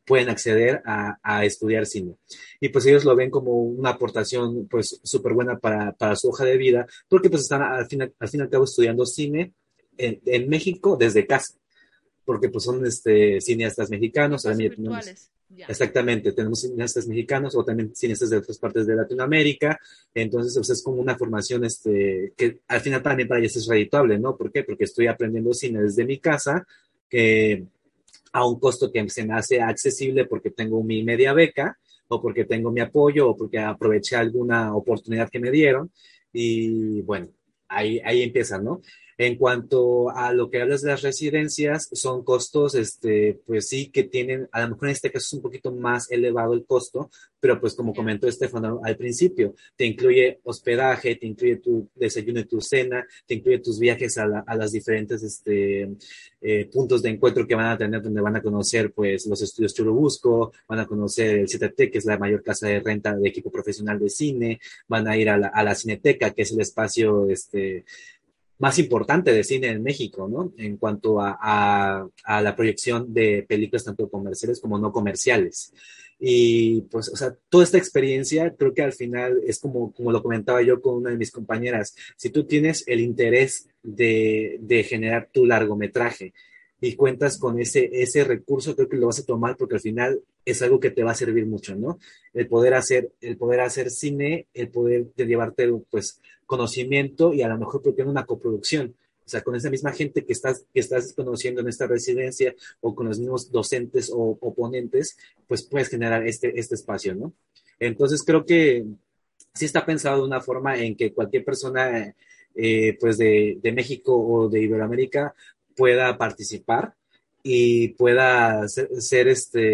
pueden acceder a estudiar cine. Y pues ellos lo ven como una aportación pues súper buena para su hoja de vida, porque pues están al fin y al cabo estudiando cine en México desde casa, porque pues son cineastas Como mexicanos, clases también tenemos. virtuales, ya. Exactamente, tenemos cineastas mexicanos o también cineastas de otras partes de Latinoamérica, entonces pues, es como una formación que al final también para ellos es redituable, ¿no? ¿Por qué? Porque estoy aprendiendo cine desde mi casa, que a un costo que se me hace accesible porque tengo mi media beca o porque tengo mi apoyo o porque aproveché alguna oportunidad que me dieron y bueno, ahí empieza, ¿no? En cuanto a lo que hablas de las residencias, son costos, pues sí que tienen, a lo mejor en este caso es un poquito más elevado el costo, pero pues como Ya. comentó Estefano al principio, te incluye hospedaje, te incluye tu desayuno y tu cena, te incluye tus viajes a las diferentes puntos de encuentro que van a tener, donde van a conocer pues los estudios Churubusco, van a conocer el ZT, que es la mayor casa de renta de equipo profesional de cine, van a ir a la Cineteca, que es el espacio más importante de cine en México, ¿no? En cuanto a la proyección de películas tanto comerciales como no comerciales. Y pues, o sea, toda esta experiencia creo que al final es como lo comentaba yo con una de mis compañeras, si tú tienes el interés de generar tu largometraje y cuentas con ese recurso, creo que lo vas a tomar porque al final es algo que te va a servir mucho, ¿no? El poder hacer cine, el poder de llevarte, pues, conocimiento y a lo mejor porque en una coproducción. O sea, con esa misma gente que estás conociendo en esta residencia o con los mismos docentes o ponentes, pues puedes generar este espacio, ¿no? Entonces creo que sí está pensado de una forma en que cualquier persona pues de México o de Iberoamérica pueda participar y pueda ser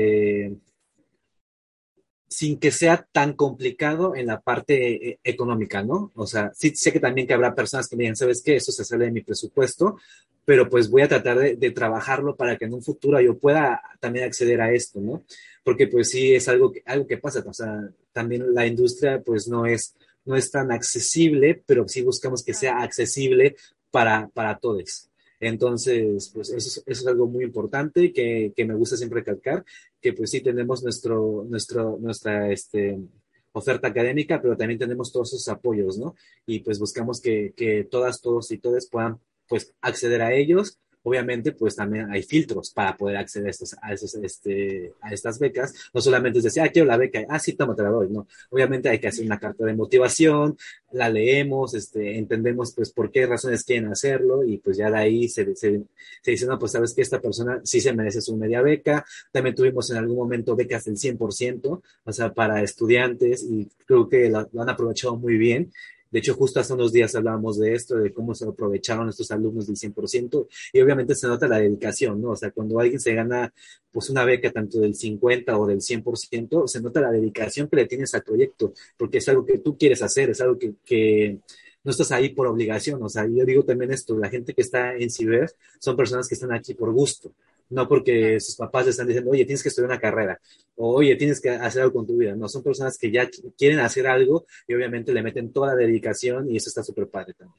sin que sea tan complicado en la parte económica, ¿no? O sea, sí sé que también que habrá personas que me digan, ¿sabes qué? Eso se sale de mi presupuesto, pero pues voy a tratar de trabajarlo para que en un futuro yo pueda también acceder a esto, ¿no? Porque pues sí es algo que pasa, o sea, también la industria pues no es tan accesible, pero sí buscamos que Claro. sea accesible para todos. Entonces, pues eso es algo muy importante que me gusta siempre recalcar que pues sí tenemos nuestra oferta académica, pero también tenemos todos esos apoyos, ¿no? Y pues buscamos que todas, todos y todas puedan pues acceder a ellos. Obviamente, pues también hay filtros para poder acceder a estas becas. No solamente es decir, quiero la beca, sí, toma, te la doy. No, obviamente hay que hacer una carta de motivación, la leemos, entendemos pues por qué razones quieren hacerlo y pues ya de ahí se dice, no, pues sabes que esta persona sí se merece su media beca, también tuvimos en algún momento becas del 100%, o sea, para estudiantes y creo que lo han aprovechado muy bien. De hecho, justo hace unos días hablábamos de esto, de cómo se aprovecharon estos alumnos del 100% y obviamente se nota la dedicación, ¿no? O sea, cuando alguien se gana pues una beca tanto del 50 o del 100%, se nota la dedicación que le tienes al proyecto, porque es algo que tú quieres hacer, es algo que no estás ahí por obligación, o sea, yo digo también esto, la gente que está en Ciber son personas que están aquí por gusto, no porque Claro. sus papás le están diciendo, oye, tienes que estudiar una carrera, o oye, tienes que hacer algo con tu vida. No, son personas que ya quieren hacer algo y obviamente le meten toda la dedicación y eso está súper padre también.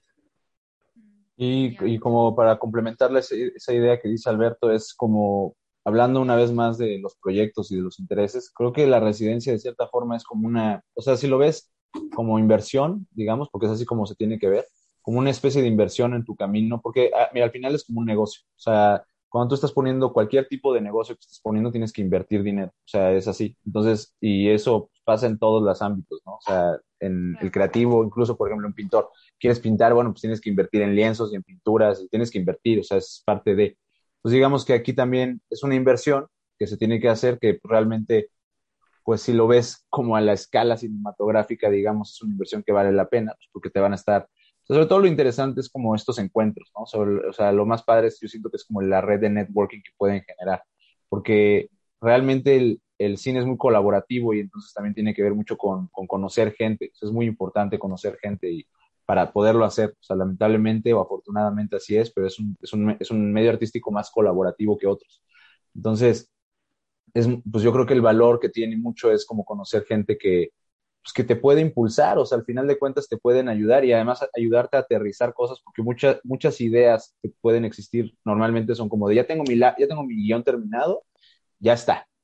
Y Genial. como para complementarle esa idea que dice Alberto, es como, hablando una vez más de los proyectos y de los intereses, creo que la residencia de cierta forma es como una, o sea, si lo ves como inversión, digamos, porque es así como se tiene que ver, como una especie de inversión en tu camino, porque mira, al final es como un negocio, o sea, cuando tú estás poniendo cualquier tipo de negocio que estés poniendo, tienes que invertir dinero, o sea, es así. Entonces, y eso pasa en todos los ámbitos, ¿no? O sea, en el Claro. creativo, incluso, por ejemplo, un pintor quieres pintar, bueno, pues tienes que invertir en lienzos y en pinturas y tienes que invertir, o sea, es parte de. Pues digamos que aquí también es una inversión que se tiene que hacer, que realmente, pues si lo ves como a la escala cinematográfica, digamos, es una inversión que vale la pena, pues porque te van a estar. Sobre todo lo interesante es como estos encuentros, ¿no? O sea, lo más padre es, yo siento que es como la red de networking que pueden generar, porque realmente el cine es muy colaborativo y entonces también tiene que ver mucho con conocer gente. Eso es muy importante conocer gente y para poderlo hacer. O sea, lamentablemente o afortunadamente así es, pero es un medio artístico más colaborativo que otros. Entonces, pues yo creo que el valor que tiene mucho es como conocer gente pues que te puede impulsar, o sea, al final de cuentas te pueden ayudar y además ayudarte a aterrizar cosas, porque muchas ideas que pueden existir normalmente son como de ya tengo mi guión terminado, ya está.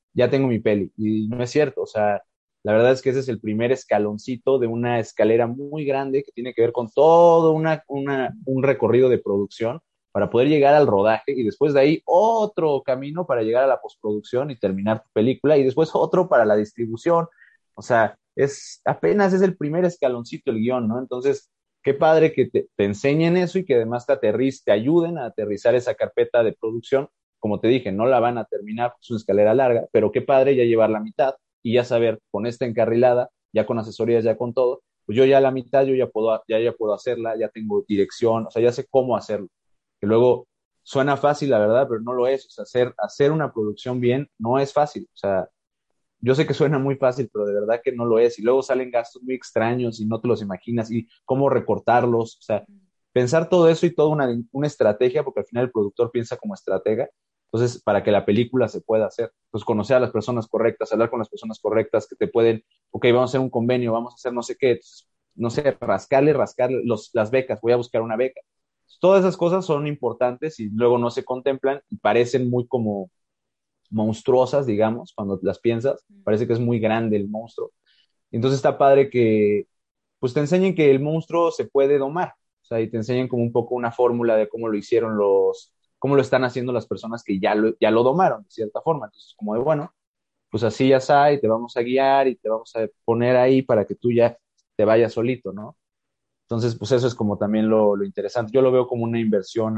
ya tengo mi peli. Y no es cierto, o sea, la verdad es que ese es el primer escaloncito de una escalera muy grande que tiene que ver con todo un recorrido de producción para poder llegar al rodaje y después de ahí otro camino para llegar a la postproducción y terminar tu película y después otro para la distribución. O sea, apenas es el primer escaloncito el guión, ¿no? Entonces, qué padre que te enseñen eso y que además te ayuden a aterrizar esa carpeta de producción. Como te dije, no la van a terminar, es una escalera larga, pero qué padre ya llevar la mitad y ya saber con esta encarrilada, ya con asesorías, ya con todo, pues yo ya la mitad, yo ya puedo hacerla, ya tengo dirección, o sea, ya sé cómo hacerlo. Que luego suena fácil, la verdad, pero no lo es. O sea, hacer una producción bien no es fácil. O sea, yo sé que suena muy fácil, pero de verdad que no lo es. Y luego salen gastos muy extraños y no te los imaginas y cómo recortarlos. O sea, pensar todo eso y toda una estrategia, porque al final el productor piensa como estratega. Entonces, para que la película se pueda hacer, pues conocer a las personas correctas, hablar con las personas correctas que te pueden, ok, vamos a hacer un convenio, vamos a hacer no sé qué, entonces, no sé, rascarle las becas, voy a buscar una beca. Todas esas cosas son importantes y luego no se contemplan y parecen muy como monstruosas, digamos, cuando las piensas, parece que es muy grande el monstruo. Entonces está padre que pues te enseñen que el monstruo se puede domar, o sea, y te enseñen como un poco una fórmula de cómo lo hicieron cómo lo están haciendo las personas que ya lo domaron, de cierta forma. Entonces, como de, bueno, pues así ya está, y te vamos a guiar y te vamos a poner ahí para que tú ya te vayas solito, ¿no? Entonces, pues eso es como también lo interesante. Yo lo veo como una inversión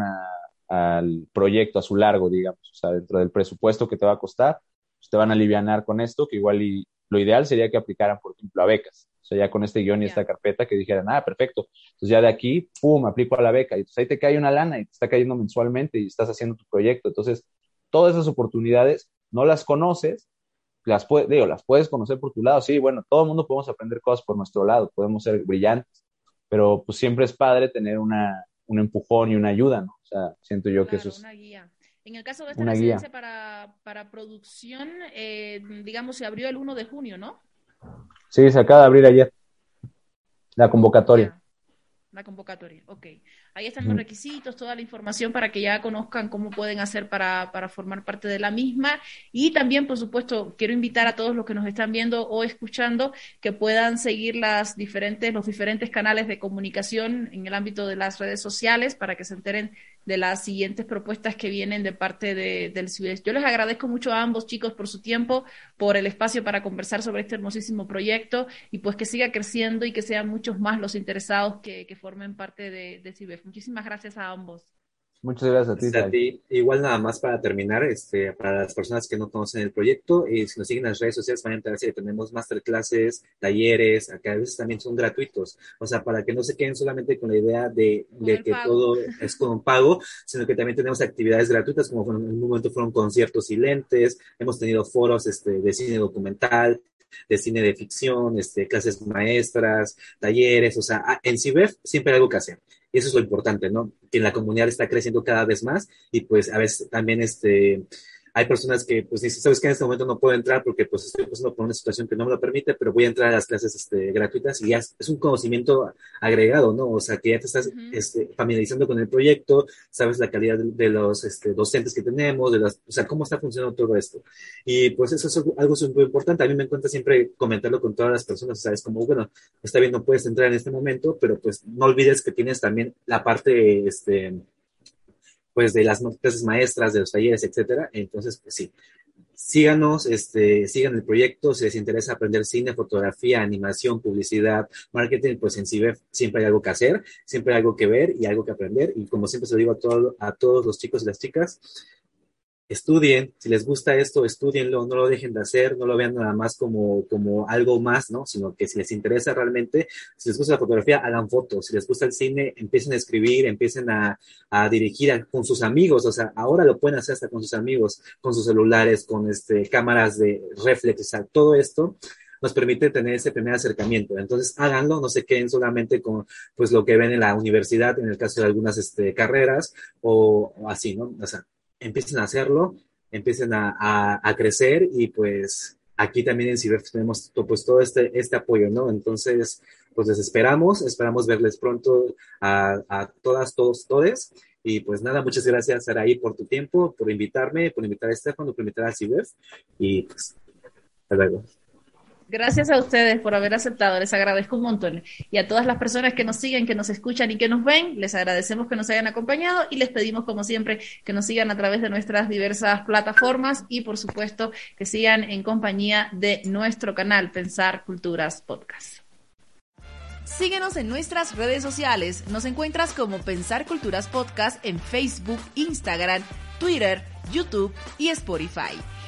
al proyecto, a su largo, digamos. O sea, dentro del presupuesto que te va a costar, pues te van a alivianar con esto, que igual lo ideal sería que aplicaran, por ejemplo, a becas. O sea, ya con este guión y esta Ya. carpeta que dijeran, ah, perfecto. Entonces ya de aquí, pum, aplico a la beca. Y entonces ahí te cae una lana y te está cayendo mensualmente y estás haciendo tu proyecto. Entonces, todas esas oportunidades no las conoces, las puedes conocer por tu lado. Sí, bueno, todo el mundo podemos aprender cosas por nuestro lado, podemos ser brillantes, pero pues siempre es padre tener un empujón y una ayuda, ¿no? O sea, siento yo que eso Claro, es una guía. En el caso de esta una guía. residencia para producción, digamos, se abrió el 1 de junio, ¿no? Sí, se acaba de abrir ayer la convocatoria. Ya. La convocatoria, ok. Ahí están los Ujú. requisitos, toda la información para que ya conozcan cómo pueden hacer para formar parte de la misma. Y también, por supuesto, quiero invitar a todos los que nos están viendo o escuchando que puedan seguir los diferentes canales de comunicación en el ámbito de las redes sociales para que se enteren de las siguientes propuestas que vienen de parte del CIBES. Yo les agradezco mucho a ambos chicos por su tiempo, por el espacio para conversar sobre este hermosísimo proyecto y pues que siga creciendo y que sean muchos más los interesados que formen parte de CIBEF. Muchísimas gracias a ambos. Muchas gracias a ti, Gracias a Sai. ti. Igual nada más para terminar, para las personas que no conocen el proyecto, si nos siguen en las redes sociales van a enterarse que tenemos masterclasses, talleres, acá a veces también son gratuitos. O sea, para que no se queden solamente con la idea Con de el que pago. todo es con un pago, sino que también tenemos actividades gratuitas, como en un momento fueron conciertos silentes, hemos tenido foros de cine documental, de cine de ficción, clases maestras, talleres, o sea, en CIBEF siempre hay algo que hacer. Y eso es lo importante, ¿no? Que la comunidad está creciendo cada vez más y pues a veces también hay personas que pues dicen, sabes que en este momento no puedo entrar porque pues estoy pasando por una situación que no me lo permite, pero voy a entrar a las clases gratuitas y ya es un conocimiento agregado, ¿no? O sea, que ya te estás Ujú. familiarizando con el proyecto, sabes la calidad de los docentes que tenemos, o sea, cómo está funcionando todo esto. Y pues eso es algo súper importante. A mí me encanta siempre comentarlo con todas las personas, ¿sabes? Como, bueno, está bien, no puedes entrar en este momento, pero pues no olvides que tienes también la parte, pues de las clases maestras, de los talleres, etcétera. Entonces, pues sí, síganos, sigan el proyecto, si les interesa aprender cine, fotografía, animación, publicidad, marketing, pues en CIBEF siempre hay algo que hacer, siempre hay algo que ver y algo que aprender. Y como siempre se lo digo a todos los chicos y las chicas, estudien, si les gusta esto, estudienlo, no lo dejen de hacer, no lo vean nada más como algo más, ¿no? Sino que si les interesa realmente, si les gusta la fotografía, hagan fotos, si les gusta el cine, empiecen a escribir, empiecen a dirigir con sus amigos, o sea, ahora lo pueden hacer hasta con sus amigos, con sus celulares, con cámaras de reflex, o sea, todo esto nos permite tener ese primer acercamiento. Entonces, háganlo, no se queden solamente con pues lo que ven en la universidad, en el caso de algunas carreras o así, ¿no? O sea, empiecen a hacerlo, empiecen a crecer y pues aquí también en Ciber tenemos pues todo este apoyo, ¿no? Entonces, pues les esperamos verles pronto a todas, todos, todes Y pues nada, muchas gracias, Saraí, por tu tiempo, por invitarme, por invitar a Estefano, por invitar a Cibef. Y pues, hasta luego. Gracias a ustedes por haber aceptado, les agradezco un montón. Y a todas las personas que nos siguen, que nos escuchan y que nos ven, les agradecemos que nos hayan acompañado y les pedimos, como siempre, que nos sigan a través de nuestras diversas plataformas y, por supuesto, que sigan en compañía de nuestro canal Pensar Culturas Podcast. Síguenos en nuestras redes sociales. Nos encuentras como Pensar Culturas Podcast en Facebook, Instagram, Twitter, YouTube y Spotify.